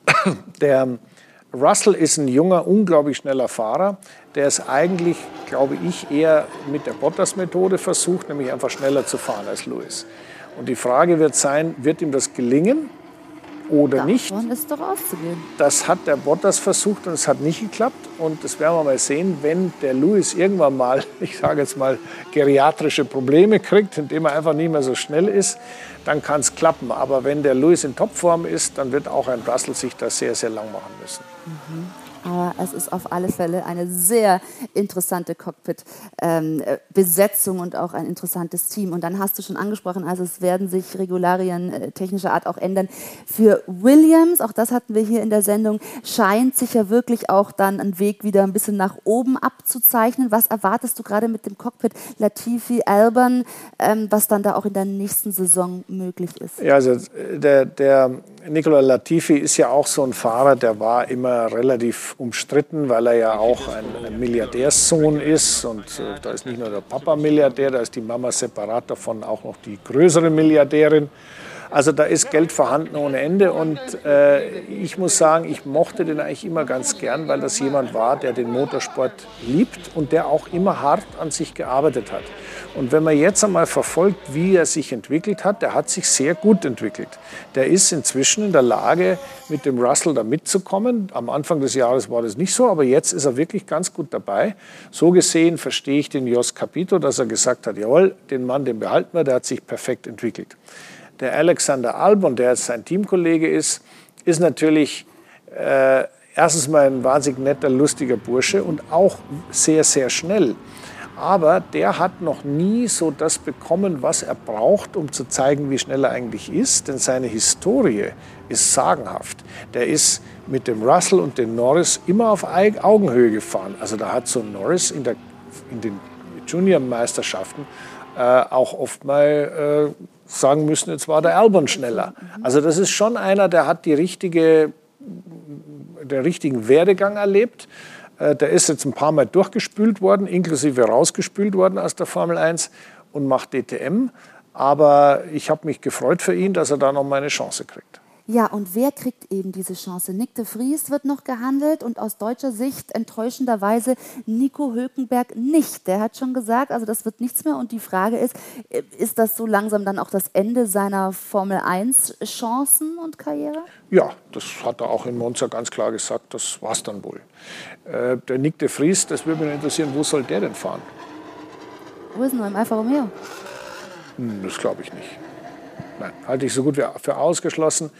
Der Russell ist ein junger, unglaublich schneller Fahrer, der es eigentlich, glaube ich, eher mit der Bottas-Methode versucht, nämlich einfach schneller zu fahren als Lewis. Und die Frage wird sein, wird ihm das gelingen oder nicht? Davon ist doch auszugehen. Das hat der Bottas versucht und es hat nicht geklappt. Und das werden wir mal sehen, wenn der Lewis irgendwann mal, ich sage jetzt mal, geriatrische Probleme kriegt, indem er einfach nicht mehr so schnell ist, dann kann es klappen. Aber wenn der Lewis in Topform ist, dann wird auch ein Russell sich das sehr, sehr lang machen müssen. Aber es ist auf alle Fälle eine sehr interessante Cockpit-Besetzung und auch ein interessantes Team. Und dann hast du schon angesprochen, also es werden sich Regularien technischer Art auch ändern. Für Williams, auch das hatten wir hier in der Sendung, scheint sich ja wirklich auch dann ein Weg wieder ein bisschen nach oben abzuzeichnen. Was erwartest du gerade mit dem Cockpit Latifi, Albon, was dann da auch in der nächsten Saison möglich ist? Ja, also der Nicolas Latifi ist ja auch so ein Fahrer, der war immer relativ umstritten, weil er ja auch ein Milliardärssohn ist. Und da ist nicht nur der Papa Milliardär, da ist die Mama separat davon auch noch die größere Milliardärin. Also da ist Geld vorhanden ohne Ende. Und ich muss sagen, ich mochte den eigentlich immer ganz gern, weil das jemand war, der den Motorsport liebt und der auch immer hart an sich gearbeitet hat. Und wenn man jetzt einmal verfolgt, wie er sich entwickelt hat, der hat sich sehr gut entwickelt. Der ist inzwischen in der Lage, mit dem Russell da mitzukommen. Am Anfang des Jahres war das nicht so, aber jetzt ist er wirklich ganz gut dabei. So gesehen verstehe ich den Jos Capito, dass er gesagt hat, jawohl, den Mann, den behalten wir, der hat sich perfekt entwickelt. Der Alexander Albon, der jetzt sein Teamkollege ist natürlich erstens mal ein wahnsinnig netter, lustiger Bursche und auch sehr, sehr schnell. Aber der hat noch nie so das bekommen, was er braucht, um zu zeigen, wie schnell er eigentlich ist. Denn seine Historie ist sagenhaft. Der ist mit dem Russell und dem Norris immer auf Augenhöhe gefahren. Also da hat so Norris in den Junior-Meisterschaften auch oft mal sagen müssen, jetzt war der Albon schneller. Also das ist schon einer, der hat den richtigen Werdegang erlebt. Der ist jetzt ein paar Mal durchgespült worden, inklusive rausgespült worden aus der Formel 1 und macht DTM. Aber ich habe mich gefreut für ihn, dass er da noch mal eine Chance kriegt. Ja, und wer kriegt eben diese Chance? Nyck de Vries wird noch gehandelt und aus deutscher Sicht enttäuschenderweise Nico Hülkenberg nicht. Der hat schon gesagt, also das wird nichts mehr. Und die Frage ist das so langsam dann auch das Ende seiner Formel 1 Chancen und Karriere? Ja, das hat er auch in Monza ganz klar gesagt, das war's dann wohl. Der Nyck de Vries, das würde mich interessieren, wo soll der denn fahren? Wo ist denn im Alfa Romeo? Das glaube ich nicht. Nein, halte ich so gut wie für ausgeschlossen.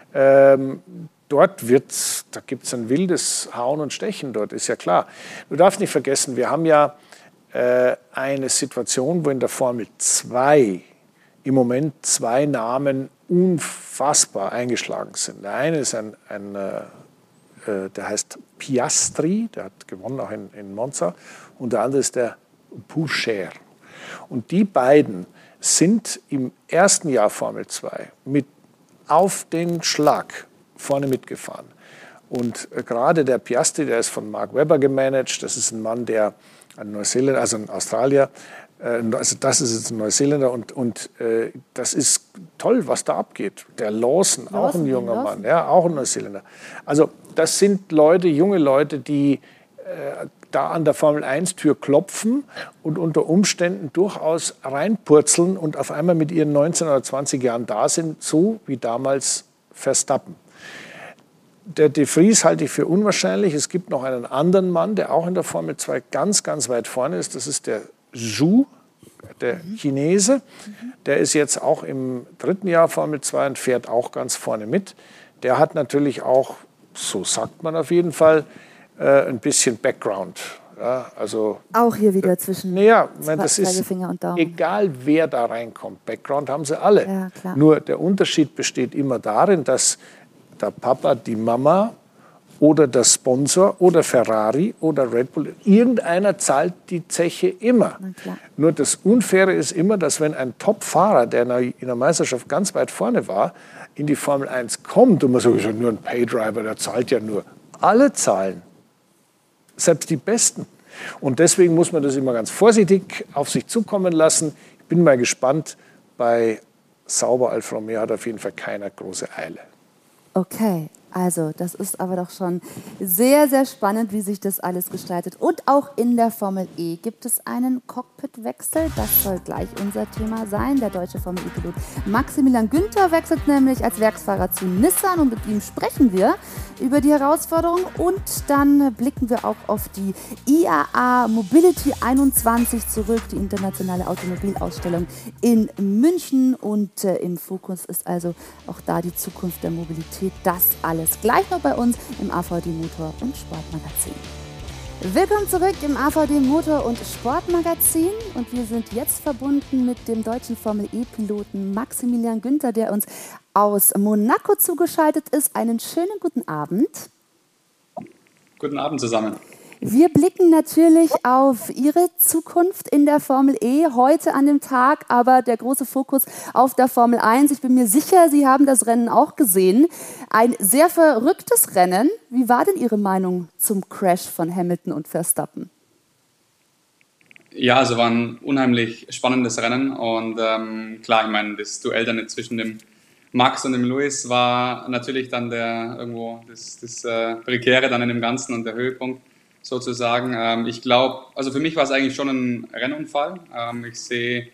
Dort da gibt es ein wildes Hauen und Stechen, dort ist ja klar. Du darfst nicht vergessen, wir haben ja eine Situation, wo in der Formel 2 im Moment zwei Namen unfassbar eingeschlagen sind. Der eine ist der heißt Piastri, der hat gewonnen auch in Monza, und der andere ist der Pourchaire. Und die beiden sind im ersten Jahr Formel 2 mit auf den Schlag vorne mitgefahren. Und gerade der Piastri, der ist von Mark Webber gemanagt, das ist ein Mann, ein Neuseeländer, also ein Australier, also das ist jetzt ein Neuseeländer und das ist toll, was da abgeht. Der Lawson, auch ein junger Mann, ja, auch ein Neuseeländer. Also das sind Leute, junge Leute, die da an der Formel-1-Tür klopfen und unter Umständen durchaus reinpurzeln und auf einmal mit ihren 19 oder 20 Jahren da sind, so wie damals Verstappen. Der de Vries halte ich für unwahrscheinlich. Es gibt noch einen anderen Mann, der auch in der Formel 2 ganz, ganz weit vorne ist. Das ist der Zhou, der Chinese. Der ist jetzt auch im 3. Jahr Formel 2 und fährt auch ganz vorne mit. Der hat natürlich auch, so sagt man auf jeden Fall, ein bisschen Background. Ja, also Auch hier wieder zwischen das ist Zeigefinger und Daumen. egal, wer da reinkommt. Background haben sie alle. Ja, klar. Nur der Unterschied besteht immer darin, dass der Papa, die Mama oder der Sponsor oder Ferrari oder Red Bull, irgendeiner zahlt die Zeche immer. Nur das Unfaire ist immer, dass wenn ein Top-Fahrer, der in der Meisterschaft ganz weit vorne war, in die Formel 1 kommt und man sagt, ist ja nur ein Paydriver, der zahlt ja nur. Alle zahlen, selbst die Besten. Und deswegen muss man das immer ganz vorsichtig auf sich zukommen lassen. Ich bin mal gespannt, bei Sauber Alfa Romeo hat auf jeden Fall keiner große Eile. Okay, also das ist aber doch schon sehr, sehr spannend, wie sich das alles gestaltet. Und auch in der Formel E gibt es einen Cockpitwechsel. Das soll gleich unser Thema sein. Der deutsche Formel E-Pilot Maximilian Günther wechselt nämlich als Werksfahrer zu Nissan und mit ihm sprechen wir über die Herausforderung. Und dann blicken wir auch auf die IAA Mobility 21 zurück, die internationale Automobilausstellung in München. Und im Fokus ist also auch da die Zukunft der Mobilität. Das alles gleich noch bei uns im AVD Motor- und Sportmagazin. Willkommen zurück im AVD Motor- und Sportmagazin und wir sind jetzt verbunden mit dem deutschen Formel-E-Piloten Maximilian Günther, der uns aus Monaco zugeschaltet ist. Einen schönen guten Abend. Guten Abend zusammen. Wir blicken natürlich auf Ihre Zukunft in der Formel E heute an dem Tag, aber der große Fokus auf der Formel 1. Ich bin mir sicher, Sie haben das Rennen auch gesehen. Ein sehr verrücktes Rennen. Wie war denn Ihre Meinung zum Crash von Hamilton und Verstappen? Ja, also war ein unheimlich spannendes Rennen und klar, ich meine, das Duell dann zwischen dem Max und dem Lewis war natürlich dann das Prekäre dann in dem Ganzen und der Höhepunkt sozusagen. Ich glaube, also für mich war es eigentlich schon ein Rennunfall. Ich sehe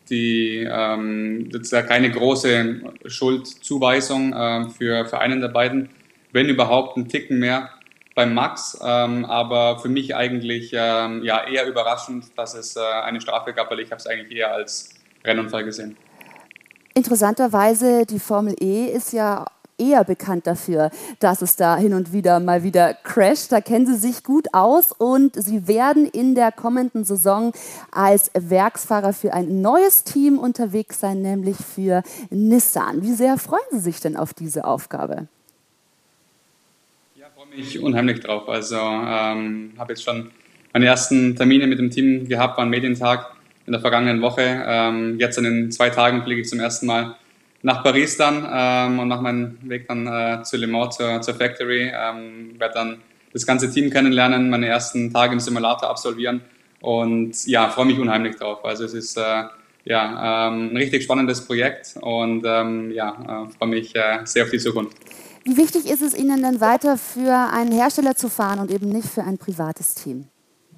keine große Schuldzuweisung für einen der beiden, wenn überhaupt ein Ticken mehr beim Max, aber für mich eigentlich eher überraschend, dass es eine Strafe gab, weil ich habe es eigentlich eher als Rennunfall gesehen. Interessanterweise, die Formel E ist ja eher bekannt dafür, dass es da hin und wieder mal wieder crasht. Da kennen Sie sich gut aus und Sie werden in der kommenden Saison als Werksfahrer für ein neues Team unterwegs sein, nämlich für Nissan. Wie sehr freuen Sie sich denn auf diese Aufgabe? Ja, freue mich unheimlich drauf. Also habe jetzt schon meine ersten Termine mit dem Team gehabt, war ein Medientag in der vergangenen Woche. Jetzt in den 2 Tagen fliege ich zum ersten Mal nach Paris dann und mache meinen Weg dann zu Le Mans, zur Factory. Werde dann das ganze Team kennenlernen, meine ersten Tage im Simulator absolvieren und ja, freue mich unheimlich drauf. Also es ist ein richtig spannendes Projekt und freue mich sehr auf die Zukunft. Wie wichtig ist es Ihnen denn weiter für einen Hersteller zu fahren und eben nicht für ein privates Team?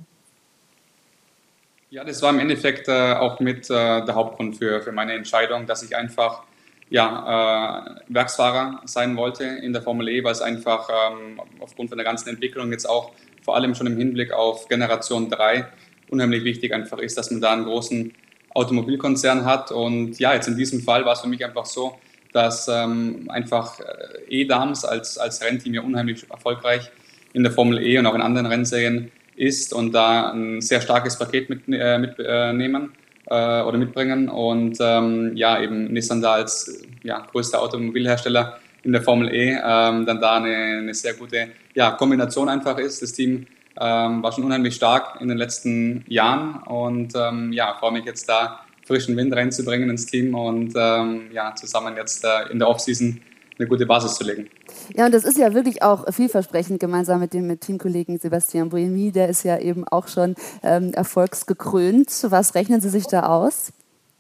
Ja, das war im Endeffekt auch mit der Hauptgrund für meine Entscheidung, dass ich einfach Werksfahrer sein wollte in der Formel E, weil es einfach aufgrund von der ganzen Entwicklung jetzt auch vor allem schon im Hinblick auf Generation 3 unheimlich wichtig einfach ist, dass man da einen großen Automobilkonzern hat. Und ja, jetzt in diesem Fall war es für mich einfach so, dass einfach E-Dams als Rennteam ja unheimlich erfolgreich in der Formel E und auch in anderen Rennserien ist und da ein sehr starkes Paket mitnehmen oder mitbringen und eben Nissan da als größter Automobilhersteller in der Formel E dann da eine sehr gute Kombination einfach ist. Das Team war schon unheimlich stark in den letzten Jahren und freue mich jetzt da frischen Wind reinzubringen ins Team und zusammen jetzt in der Offseason eine gute Basis zu legen. Ja, und das ist ja wirklich auch vielversprechend, gemeinsam mit dem Teamkollegen Sebastian Buemi, der ist ja eben auch schon erfolgsgekrönt. Was rechnen Sie sich da aus?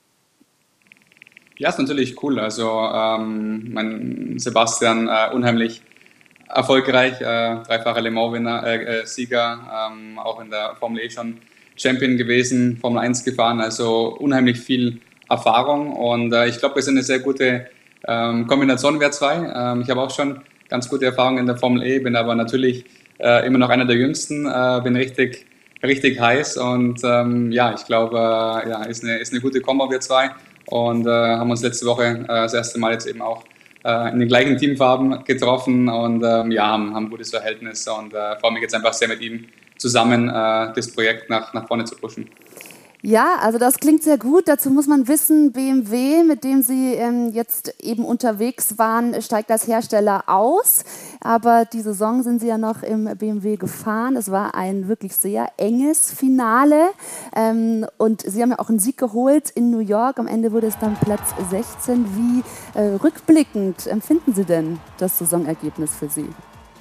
Ja, ist natürlich cool. Also mein Sebastian unheimlich erfolgreich, 3-facher Le Mans Sieger, auch in der Formel E schon Champion gewesen, Formel 1 gefahren, also unheimlich viel Erfahrung und ich glaube, wir sind eine sehr gute Kombination, wir zwei. Ich habe auch schon ganz gute Erfahrungen in der Formel E, bin aber natürlich immer noch einer der Jüngsten, bin richtig heiß und ich glaube, ist eine gute Kombo, wir zwei und haben uns letzte Woche das erste Mal jetzt eben auch in den gleichen Teamfarben getroffen und haben ein gutes Verhältnis und freue mich jetzt einfach sehr mit ihm zusammen das Projekt nach vorne zu pushen. Ja, also das klingt sehr gut. Dazu muss man wissen, BMW, mit dem Sie jetzt eben unterwegs waren, steigt als Hersteller aus. Aber die Saison sind Sie ja noch im BMW gefahren. Es war ein wirklich sehr enges Finale. Und Sie haben ja auch einen Sieg geholt in New York. Am Ende wurde es dann Platz 16. Wie rückblickend empfinden Sie denn das Saisonergebnis für Sie?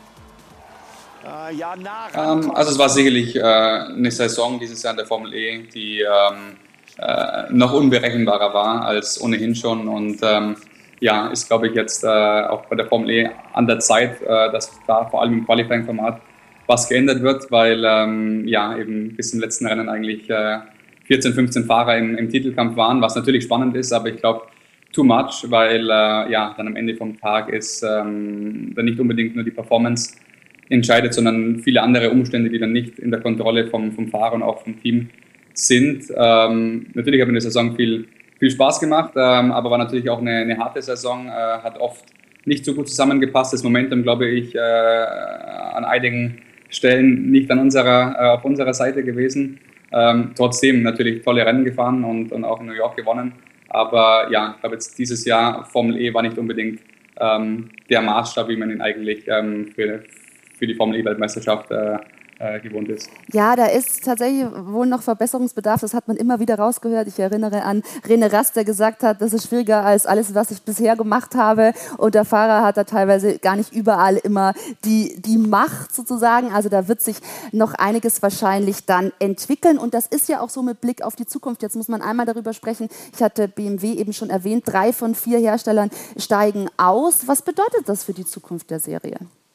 Also es war sicherlich eine Saison dieses Jahr in der Formel E, die noch unberechenbarer war als ohnehin schon und ist, glaube ich, jetzt auch bei der Formel E an der Zeit, dass da vor allem im Qualifying-Format was geändert wird, weil eben bis zum letzten Rennen eigentlich 14, 15 Fahrer im Titelkampf waren, was natürlich spannend ist, aber ich glaube, too much, weil dann am Ende vom Tag ist dann nicht unbedingt nur die Performance entscheidet, sondern viele andere Umstände, die dann nicht in der Kontrolle vom Fahrer und auch vom Team sind. Natürlich hat mir die Saison viel Spaß gemacht, aber war natürlich auch eine harte Saison, hat oft nicht so gut zusammengepasst. Das Momentum, glaube ich, an einigen Stellen nicht auf unserer Seite gewesen. Trotzdem natürlich tolle Rennen gefahren und auch in New York gewonnen. Aber ja, ich glaube jetzt dieses Jahr Formel E war nicht unbedingt der Maßstab, wie man ihn eigentlich für die Formel E-Weltmeisterschaft gewohnt ist. Ja, da ist tatsächlich wohl noch Verbesserungsbedarf. Das hat man immer wieder rausgehört. Ich erinnere an René Rast, der gesagt hat, das ist schwieriger als alles, was ich bisher gemacht habe. Und der Fahrer hat da teilweise gar nicht überall immer die Macht sozusagen. Also da wird sich noch einiges wahrscheinlich dann entwickeln. Und das ist ja auch so mit Blick auf die Zukunft. Jetzt muss man einmal darüber sprechen. Ich hatte BMW eben schon erwähnt, 3 von 4 Herstellern steigen aus. Was bedeutet das für die Zukunft der Serie?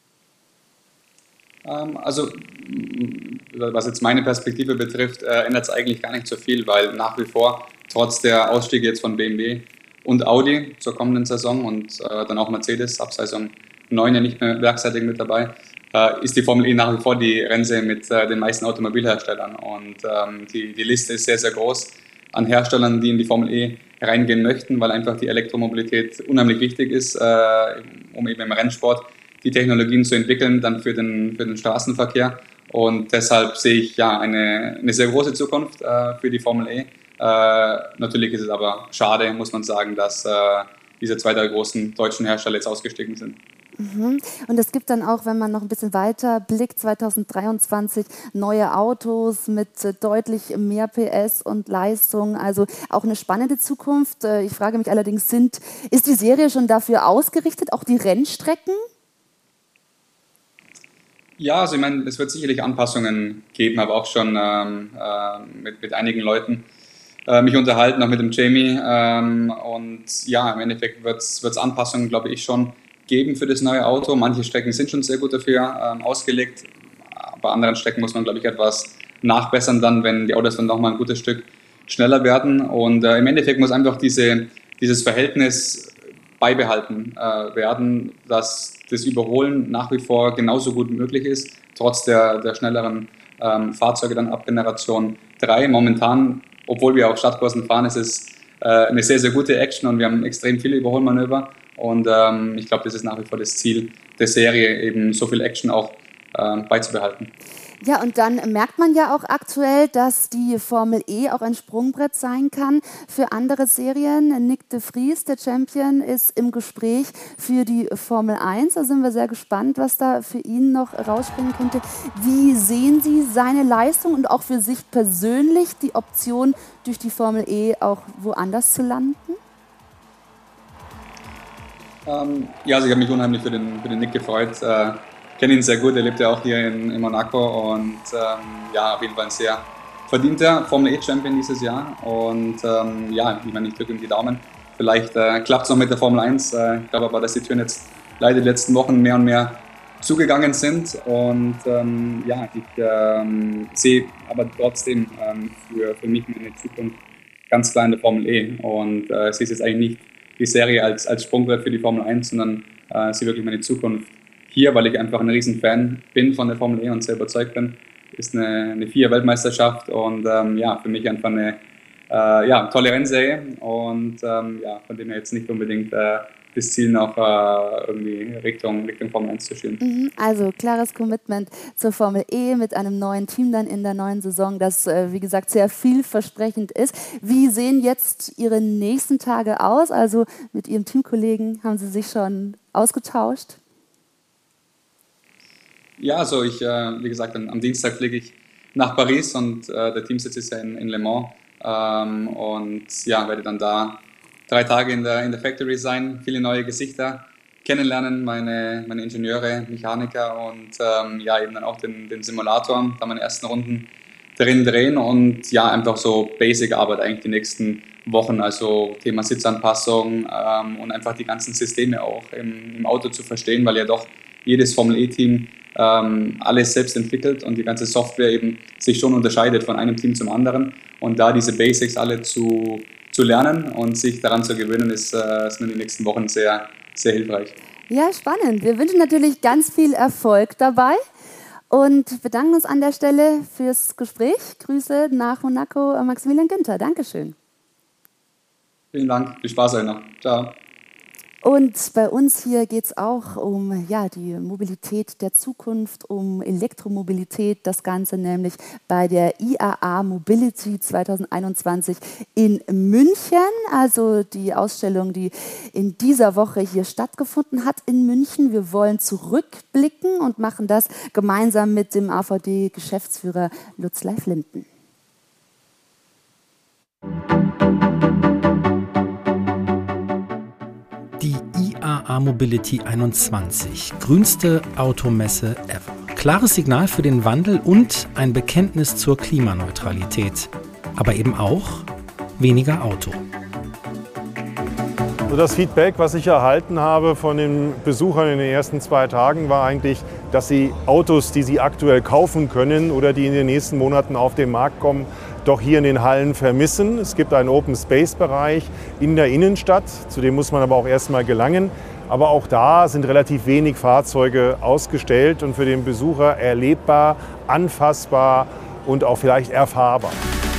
Also, was jetzt meine Perspektive betrifft, ändert es eigentlich gar nicht so viel, weil nach wie vor, trotz der Ausstiege jetzt von BMW und Audi zur kommenden Saison und dann auch Mercedes ab Saison 9 ja nicht mehr werkseitig mit dabei, ist die Formel E nach wie vor die Rennserie mit den meisten Automobilherstellern. Und die Liste ist sehr, sehr groß an Herstellern, die in die Formel E reingehen möchten, weil einfach die Elektromobilität unheimlich wichtig ist, um eben im Rennsport die Technologien zu entwickeln, dann für den Straßenverkehr. Und deshalb sehe ich eine sehr große Zukunft für die Formel E. Natürlich ist es aber schade, muss man sagen, dass diese 2 der großen deutschen Hersteller jetzt ausgestiegen sind. Und es gibt dann auch, wenn man noch ein bisschen weiter blickt, 2023 neue Autos mit deutlich mehr PS und Leistung. Also auch eine spannende Zukunft. Ich frage mich allerdings, ist die Serie schon dafür ausgerichtet, auch die Rennstrecken? Ja, also ich meine, es wird sicherlich Anpassungen geben, aber auch schon mit einigen Leuten mich unterhalten, auch mit dem Jamie. Und ja, im Endeffekt wird es Anpassungen, glaube ich, schon geben für das neue Auto. Manche Strecken sind schon sehr gut dafür ausgelegt. Bei anderen Strecken muss man, glaube ich, etwas nachbessern dann, wenn die Autos dann nochmal ein gutes Stück schneller werden. Und im Endeffekt muss einfach dieses Verhältnis beibehalten werden, dass das Überholen nach wie vor genauso gut möglich ist, trotz der schnelleren Fahrzeuge dann ab Generation 3. Momentan, obwohl wir auf Stadtkursen fahren, ist es eine sehr, sehr gute Action und wir haben extrem viele Überholmanöver und ich glaube, das ist nach wie vor das Ziel der Serie, eben so viel Action auch beizubehalten. Ja, und dann merkt man ja auch aktuell, dass die Formel E auch ein Sprungbrett sein kann für andere Serien. Nyck de Vries, der Champion, ist im Gespräch für die Formel 1. Da sind wir sehr gespannt, was da für ihn noch rausspringen könnte. Wie sehen Sie seine Leistung und auch für sich persönlich die Option, durch die Formel E auch woanders zu landen? Also ich habe mich unheimlich für den Nyck gefreut. Ich kenne ihn sehr gut, er lebt ja auch hier in Monaco und auf jeden Fall ein sehr verdienter Formel-E-Champion dieses Jahr und ich drücke ihm die Daumen. Vielleicht klappt es noch mit der Formel 1. Ich glaube aber, dass die Türen jetzt leider die letzten Wochen mehr und mehr zugegangen sind und ich sehe aber trotzdem für mich meine Zukunft ganz klar in der Formel E und sehe es jetzt eigentlich nicht die Serie als Sprungbrett für die Formel 1, sondern sehe wirklich meine Zukunft hier, weil ich einfach ein Riesen-Fan bin von der Formel E und sehr überzeugt bin. Ist eine 4-Weltmeisterschaft und für mich einfach eine tolle Rennserie und von dem her jetzt nicht unbedingt das Ziel noch irgendwie Richtung Formel 1 zu schieben. Also klares Commitment zur Formel E mit einem neuen Team dann in der neuen Saison, das wie gesagt sehr vielversprechend ist. Wie sehen jetzt Ihre nächsten Tage aus? Also mit Ihrem Teamkollegen haben Sie sich schon ausgetauscht? Ja, also wie gesagt, am Dienstag fliege ich nach Paris und der Teamsitz ist ja in Le Mans. Und ja, werde dann da 3 Tage in der Factory sein, viele neue Gesichter kennenlernen, meine Ingenieure, Mechaniker und ja, eben dann auch den Simulator, da meine ersten Runden drin drehen und ja, einfach so Basic-Arbeit eigentlich die nächsten Wochen, also Thema Sitzanpassung und einfach die ganzen Systeme auch im Auto zu verstehen, weil ja doch jedes Formel-E-Team alles selbst entwickelt und die ganze Software eben sich schon unterscheidet von einem Team zum anderen. Und da diese Basics alle zu lernen und sich daran zu gewöhnen, ist mir in den nächsten Wochen sehr, sehr hilfreich. Ja, spannend. Wir wünschen natürlich ganz viel Erfolg dabei und bedanken uns an der Stelle fürs Gespräch. Grüße nach Monaco, Maximilian Günther. Dankeschön. Vielen Dank. Viel Spaß euch noch. Ciao. Und bei uns hier geht es auch um die Mobilität der Zukunft, um Elektromobilität, das Ganze nämlich bei der IAA Mobility 2021 in München. Also die Ausstellung, die in dieser Woche hier stattgefunden hat in München. Wir wollen zurückblicken und machen das gemeinsam mit dem AVD-Geschäftsführer Lutz Leif-Linden. Die IAA Mobility 21, grünste Automesse ever. Klares Signal für den Wandel und ein Bekenntnis zur Klimaneutralität. Aber eben auch weniger Auto. Also das Feedback, was ich erhalten habe von den Besuchern in den ersten 2 Tagen, war eigentlich, dass sie Autos, die sie aktuell kaufen können oder die in den nächsten Monaten auf den Markt kommen, doch hier in den Hallen vermissen. Es gibt einen Open-Space-Bereich in der Innenstadt, zu dem muss man aber auch erstmal gelangen. Aber auch da sind relativ wenig Fahrzeuge ausgestellt und für den Besucher erlebbar, anfassbar und auch vielleicht erfahrbar.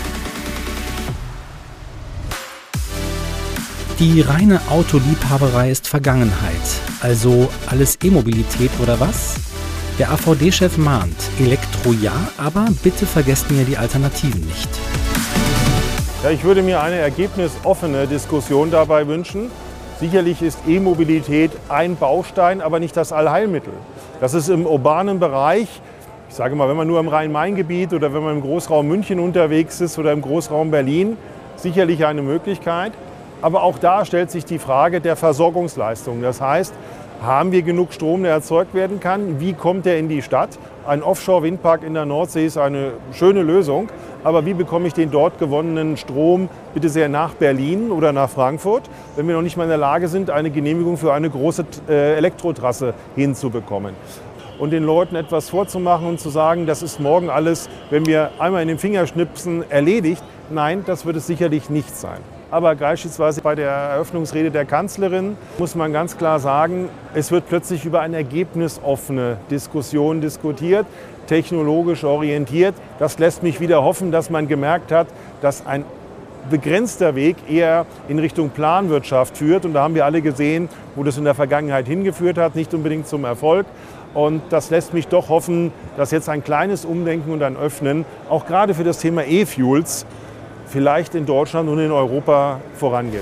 Die reine Autoliebhaberei ist Vergangenheit. Also alles E-Mobilität oder was? Der AVD-Chef mahnt, Elektro ja, aber bitte vergessen wir die Alternativen nicht. Ja, ich würde mir eine ergebnisoffene Diskussion dabei wünschen. Sicherlich ist E-Mobilität ein Baustein, aber nicht das Allheilmittel. Das ist im urbanen Bereich, ich sage mal, wenn man nur im Rhein-Main-Gebiet oder wenn man im Großraum München unterwegs ist oder im Großraum Berlin, sicherlich eine Möglichkeit. Aber auch da stellt sich die Frage der Versorgungsleistung. Das heißt, haben wir genug Strom, der erzeugt werden kann? Wie kommt der in die Stadt? Ein Offshore-Windpark in der Nordsee ist eine schöne Lösung. Aber wie bekomme ich den dort gewonnenen Strom bitte sehr nach Berlin oder nach Frankfurt, wenn wir noch nicht mal in der Lage sind, eine Genehmigung für eine große Elektrotrasse hinzubekommen? Und den Leuten etwas vorzumachen und zu sagen, das ist morgen alles, wenn wir einmal in den Fingerschnipsen erledigt. Nein, das wird es sicherlich nicht sein. Aber beispielsweise bei der Eröffnungsrede der Kanzlerin muss man ganz klar sagen, es wird plötzlich über eine ergebnisoffene Diskussion diskutiert, technologisch orientiert. Das lässt mich wieder hoffen, dass man gemerkt hat, dass ein begrenzter Weg eher in Richtung Planwirtschaft führt. Und da haben wir alle gesehen, wo das in der Vergangenheit hingeführt hat, nicht unbedingt zum Erfolg. Und das lässt mich doch hoffen, dass jetzt ein kleines Umdenken und ein Öffnen, auch gerade für das Thema E-Fuels, vielleicht in Deutschland und in Europa vorangeht.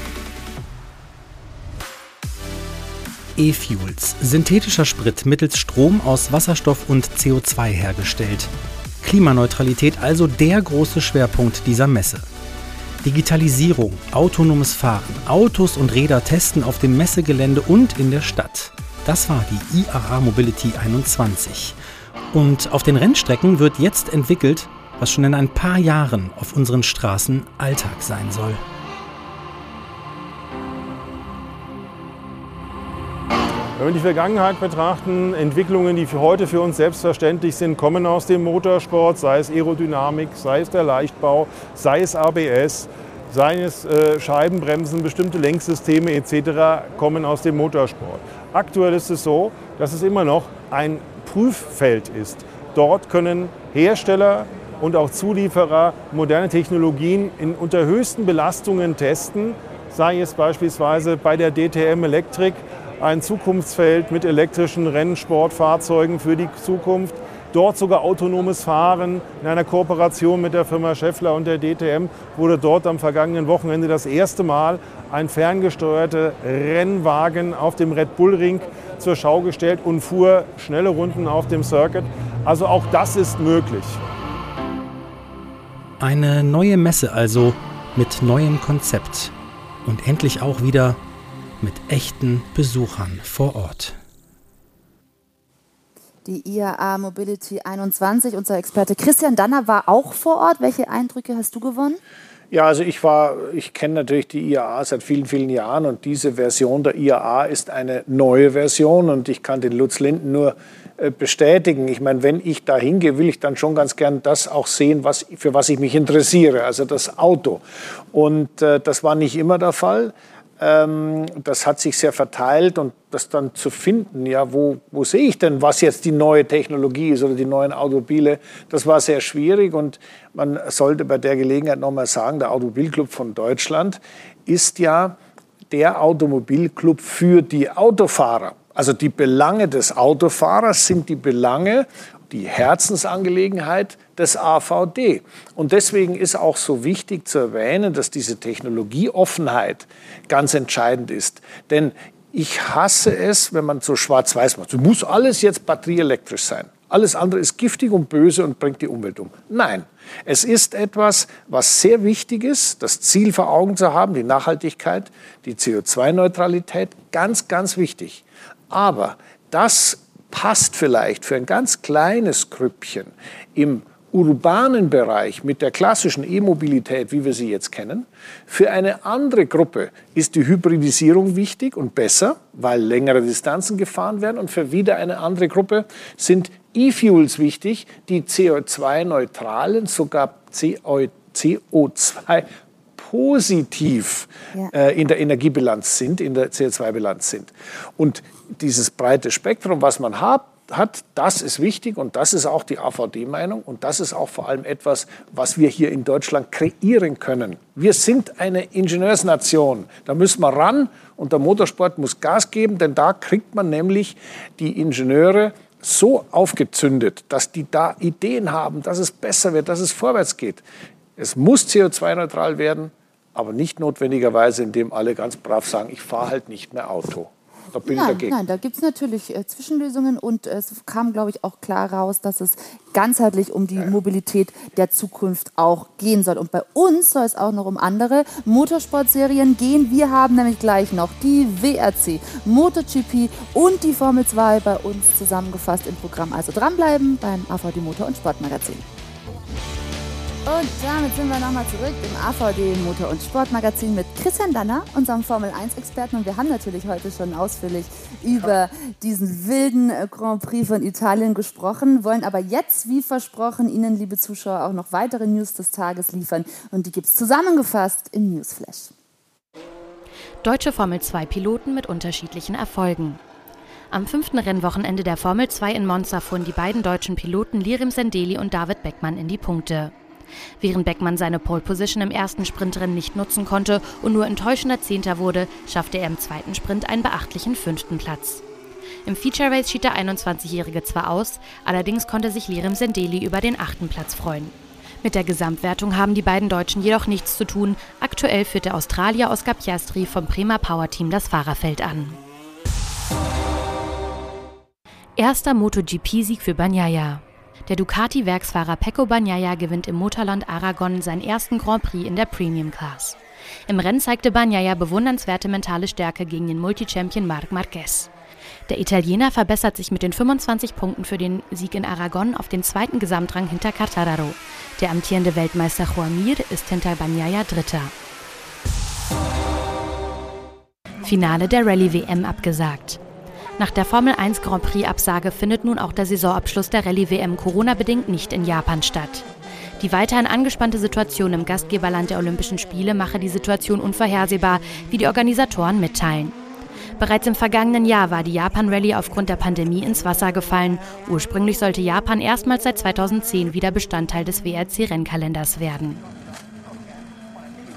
E-Fuels, synthetischer Sprit mittels Strom aus Wasserstoff und CO2 hergestellt. Klimaneutralität also der große Schwerpunkt dieser Messe. Digitalisierung, autonomes Fahren, Autos und Räder testen auf dem Messegelände und in der Stadt. Das war die IAA Mobility 21. Und auf den Rennstrecken wird jetzt entwickelt, was schon in ein paar Jahren auf unseren Straßen Alltag sein soll. Wenn wir die Vergangenheit betrachten, Entwicklungen, die für heute für uns selbstverständlich sind, kommen aus dem Motorsport, sei es Aerodynamik, sei es der Leichtbau, sei es ABS, sei es Scheibenbremsen, bestimmte Lenksysteme etc. kommen aus dem Motorsport. Aktuell ist es so, dass es immer noch ein Prüffeld ist. Dort können Hersteller und auch Zulieferer moderne Technologien unter höchsten Belastungen testen, sei es beispielsweise bei der DTM Electric, ein Zukunftsfeld mit elektrischen Rennsportfahrzeugen für die Zukunft. Dort sogar autonomes Fahren in einer Kooperation mit der Firma Schaeffler und der DTM wurde dort am vergangenen Wochenende das erste Mal ein ferngesteuerter Rennwagen auf dem Red Bull Ring zur Schau gestellt und fuhr schnelle Runden auf dem Circuit. Also auch das ist möglich. Eine neue Messe also mit neuem Konzept und endlich auch wieder mit echten Besuchern vor Ort. Die IAA Mobility 21, unser Experte Christian Danner war auch vor Ort. Welche Eindrücke hast du gewonnen? Ja, also ich kenne natürlich die IAA seit vielen, vielen Jahren und diese Version der IAA ist eine neue Version und ich kann den Lutz Linden nur bestätigen. Ich meine, wenn ich da hingehe, will ich dann schon ganz gern das auch sehen, für was ich mich interessiere, also das Auto. Und das war nicht immer der Fall. Das hat sich sehr verteilt und das dann zu finden, ja, wo sehe ich denn, was jetzt die neue Technologie ist oder die neuen Automobile, das war sehr schwierig und man sollte bei der Gelegenheit nochmal sagen, der Automobilclub von Deutschland ist ja der Automobilclub für die Autofahrer. Also die Belange des Autofahrers sind die Belange, die Herzensangelegenheit des AVD. Und deswegen ist auch so wichtig zu erwähnen, dass diese Technologieoffenheit ganz entscheidend ist. Denn ich hasse es, wenn man so schwarz-weiß macht. So muss alles jetzt batterieelektrisch sein. Alles andere ist giftig und böse und bringt die Umwelt um. Nein, es ist etwas, was sehr wichtig ist, das Ziel vor Augen zu haben, die Nachhaltigkeit, die CO2-Neutralität, ganz, ganz wichtig. Aber das passt vielleicht für ein ganz kleines Grüppchen im urbanen Bereich mit der klassischen E-Mobilität, wie wir sie jetzt kennen. Für eine andere Gruppe ist die Hybridisierung wichtig und besser, weil längere Distanzen gefahren werden. Und für wieder eine andere Gruppe sind E-Fuels wichtig, die CO2-neutralen, sogar CO2 positiv in der Energiebilanz sind, in der CO2-Bilanz sind. Und dieses breite Spektrum, was man hat, das ist wichtig und das ist auch die AVD-Meinung und das ist auch vor allem etwas, was wir hier in Deutschland kreieren können. Wir sind eine Ingenieursnation, da müssen wir ran und der Motorsport muss Gas geben, denn da kriegt man nämlich die Ingenieure so aufgezündet, dass die da Ideen haben, dass es besser wird, dass es vorwärts geht. Es muss CO2-neutral werden, aber nicht notwendigerweise, indem alle ganz brav sagen, ich fahre halt nicht mehr Auto. Da bin ich dagegen. Nein, da gibt es natürlich Zwischenlösungen und es kam, glaube ich, auch klar raus, dass es ganzheitlich um die Mobilität der Zukunft auch gehen soll. Und bei uns soll es auch noch um andere Motorsportserien gehen. Wir haben nämlich gleich noch die WRC, MotoGP und die Formel 2 bei uns zusammengefasst im Programm. Also dranbleiben beim AVD Motor- und Sportmagazin. Und damit sind wir nochmal zurück im AVD Motor- und Sportmagazin mit Christian Danner, unserem Formel-1-Experten. Und wir haben natürlich heute schon ausführlich über diesen wilden Grand Prix von Italien gesprochen, wollen aber jetzt, wie versprochen, Ihnen, liebe Zuschauer, auch noch weitere News des Tages liefern. Und die gibt es zusammengefasst im Newsflash. Deutsche Formel-2-Piloten mit unterschiedlichen Erfolgen. Am 5. Rennwochenende der Formel 2 in Monza fuhren die beiden deutschen Piloten Lirim Sendeli und David Beckmann in die Punkte. Während Beckmann seine Pole Position im ersten Sprintrennen nicht nutzen konnte und nur enttäuschender Zehnter wurde, schaffte er im zweiten Sprint einen beachtlichen 5. Platz. Im Feature Race schied der 21-Jährige zwar aus, allerdings konnte sich Lirim Sendeli über den 8. Platz freuen. Mit der Gesamtwertung haben die beiden Deutschen jedoch nichts zu tun. Aktuell führt der Australier Oscar Piastri vom Prema Power Team das Fahrerfeld an. Erster MotoGP-Sieg für Bagnaia. Der Ducati-Werksfahrer Pecco Bagnaia gewinnt im Motorland Aragon seinen ersten Grand Prix in der Premium Class. Im Rennen zeigte Bagnaia bewundernswerte mentale Stärke gegen den Multichampion Marc Marquez. Der Italiener verbessert sich mit den 25 Punkten für den Sieg in Aragon auf den zweiten Gesamtrang hinter Quartararo. Der amtierende Weltmeister Joan Mir ist hinter Bagnaia Dritter. Finale der Rallye-WM abgesagt. Nach der Formel 1 Grand Prix-Absage findet nun auch der Saisonabschluss der Rallye-WM Corona-bedingt nicht in Japan statt. Die weiterhin angespannte Situation im Gastgeberland der Olympischen Spiele mache die Situation unvorhersehbar, wie die Organisatoren mitteilen. Bereits im vergangenen Jahr war die Japan-Rallye aufgrund der Pandemie ins Wasser gefallen. Ursprünglich sollte Japan erstmals seit 2010 wieder Bestandteil des WRC-Rennkalenders werden.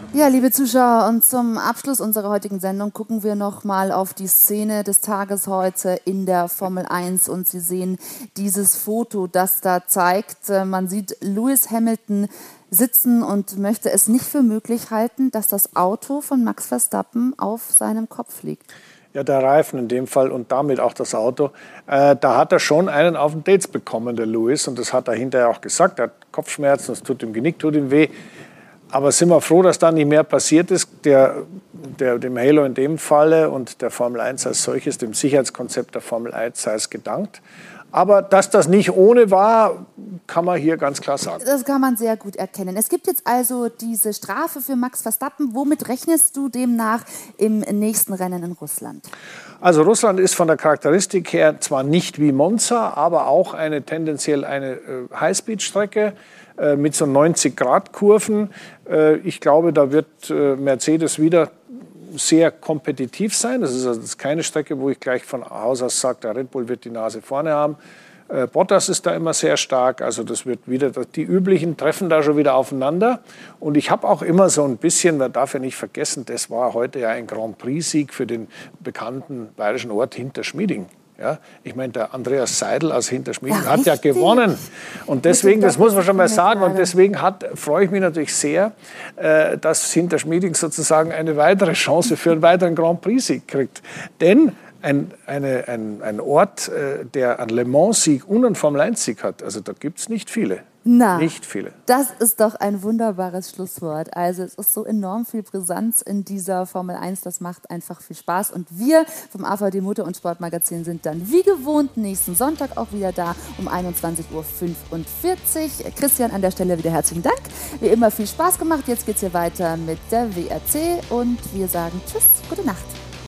Ja, liebe Zuschauer, und zum Abschluss unserer heutigen Sendung gucken wir noch mal auf die Szene des Tages heute in der Formel 1. Und Sie sehen dieses Foto, das da zeigt, man sieht Lewis Hamilton sitzen und möchte es nicht für möglich halten, dass das Auto von Max Verstappen auf seinem Kopf liegt. Ja, der Reifen in dem Fall und damit auch das Auto. Da hat er schon einen auf den Dates bekommen, der Lewis. Und das hat er hinterher auch gesagt. Er hat Kopfschmerzen, es tut ihm Genick, tut ihm weh. Aber sind wir froh, dass da nicht mehr passiert ist. Dem Halo in dem Falle und der Formel 1 als solches, dem Sicherheitskonzept der Formel 1 sei es gedankt. Aber dass das nicht ohne war, kann man hier ganz klar sagen. Das kann man sehr gut erkennen. Es gibt jetzt also diese Strafe für Max Verstappen. Womit rechnest du demnach im nächsten Rennen in Russland? Also Russland ist von der Charakteristik her zwar nicht wie Monza, aber auch tendenziell eine Highspeed-Strecke mit so 90-Grad-Kurven. Ich glaube, da wird Mercedes wieder sehr kompetitiv sein. Das ist also keine Strecke, wo ich gleich von Haus aus sage, der Red Bull wird die Nase vorne haben. Bottas ist da immer sehr stark. Also das wird wieder, die üblichen treffen da schon wieder aufeinander. Und ich habe auch immer so ein bisschen, man darf ja nicht vergessen, das war heute ja ein Grand Prix-Sieg für den bekannten bayerischen Ort Hinterschmieding. Ja, ich meine, der Andreas Seidel aus Hinterschmieding hat ja gewonnen. Und deswegen, das muss man schon mal sagen, und deswegen freue ich mich natürlich sehr, dass Hinterschmieding sozusagen eine weitere Chance für einen weiteren Grand Prix-Sieg kriegt. Denn ein Ort, der einen Le Mans-Sieg und einen Formel-1-Sieg hat, also da gibt es nicht viele. Nicht viele. Das ist doch ein wunderbares Schlusswort. Also es ist so enorm viel Brisanz in dieser Formel 1, das macht einfach viel Spaß. Und wir vom AVD Motor- und Sportmagazin sind dann wie gewohnt nächsten Sonntag auch wieder da um 21:45 Uhr. Christian, an der Stelle wieder herzlichen Dank. Wie immer viel Spaß gemacht. Jetzt geht's hier weiter mit der WRC und wir sagen Tschüss, gute Nacht.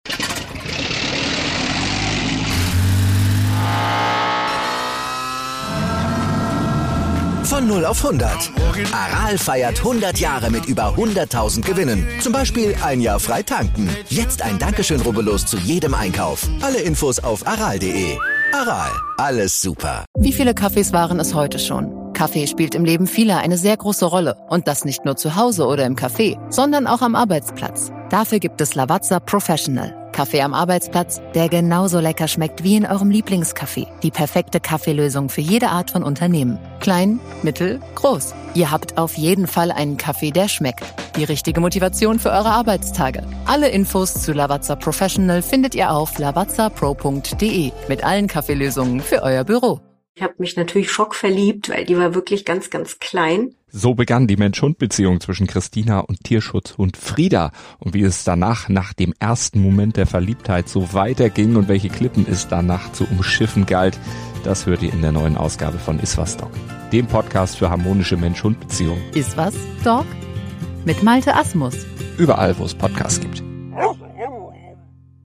Von 0 auf 100. Aral feiert 100 Jahre mit über 100.000 Gewinnen. Zum Beispiel ein Jahr frei tanken. Jetzt ein Dankeschön, rubbellos zu jedem Einkauf. Alle Infos auf aral.de. Aral, alles super. Wie viele Kaffees waren es heute schon? Kaffee spielt im Leben vieler eine sehr große Rolle. Und das nicht nur zu Hause oder im Café, sondern auch am Arbeitsplatz. Dafür gibt es Lavazza Professional. Kaffee am Arbeitsplatz, der genauso lecker schmeckt wie in eurem Lieblingscafé. Die perfekte Kaffeelösung für jede Art von Unternehmen. Klein, mittel, groß. Ihr habt auf jeden Fall einen Kaffee, der schmeckt. Die richtige Motivation für eure Arbeitstage. Alle Infos zu Lavazza Professional findet ihr auf lavazzapro.de mit allen Kaffeelösungen für euer Büro. Ich habe mich natürlich schockverliebt, weil die war wirklich ganz, ganz klein. So begann die Mensch-Hund-Beziehung zwischen Christina und Tierschutzhund Frieda. Und wie es danach, nach dem ersten Moment der Verliebtheit, so weiterging und welche Klippen es danach zu umschiffen galt, das hört ihr in der neuen Ausgabe von Iswas Dog, dem Podcast für harmonische Mensch-Hund-Beziehungen. Iswas Dog? Mit Malte Asmus. Überall, wo es Podcasts gibt.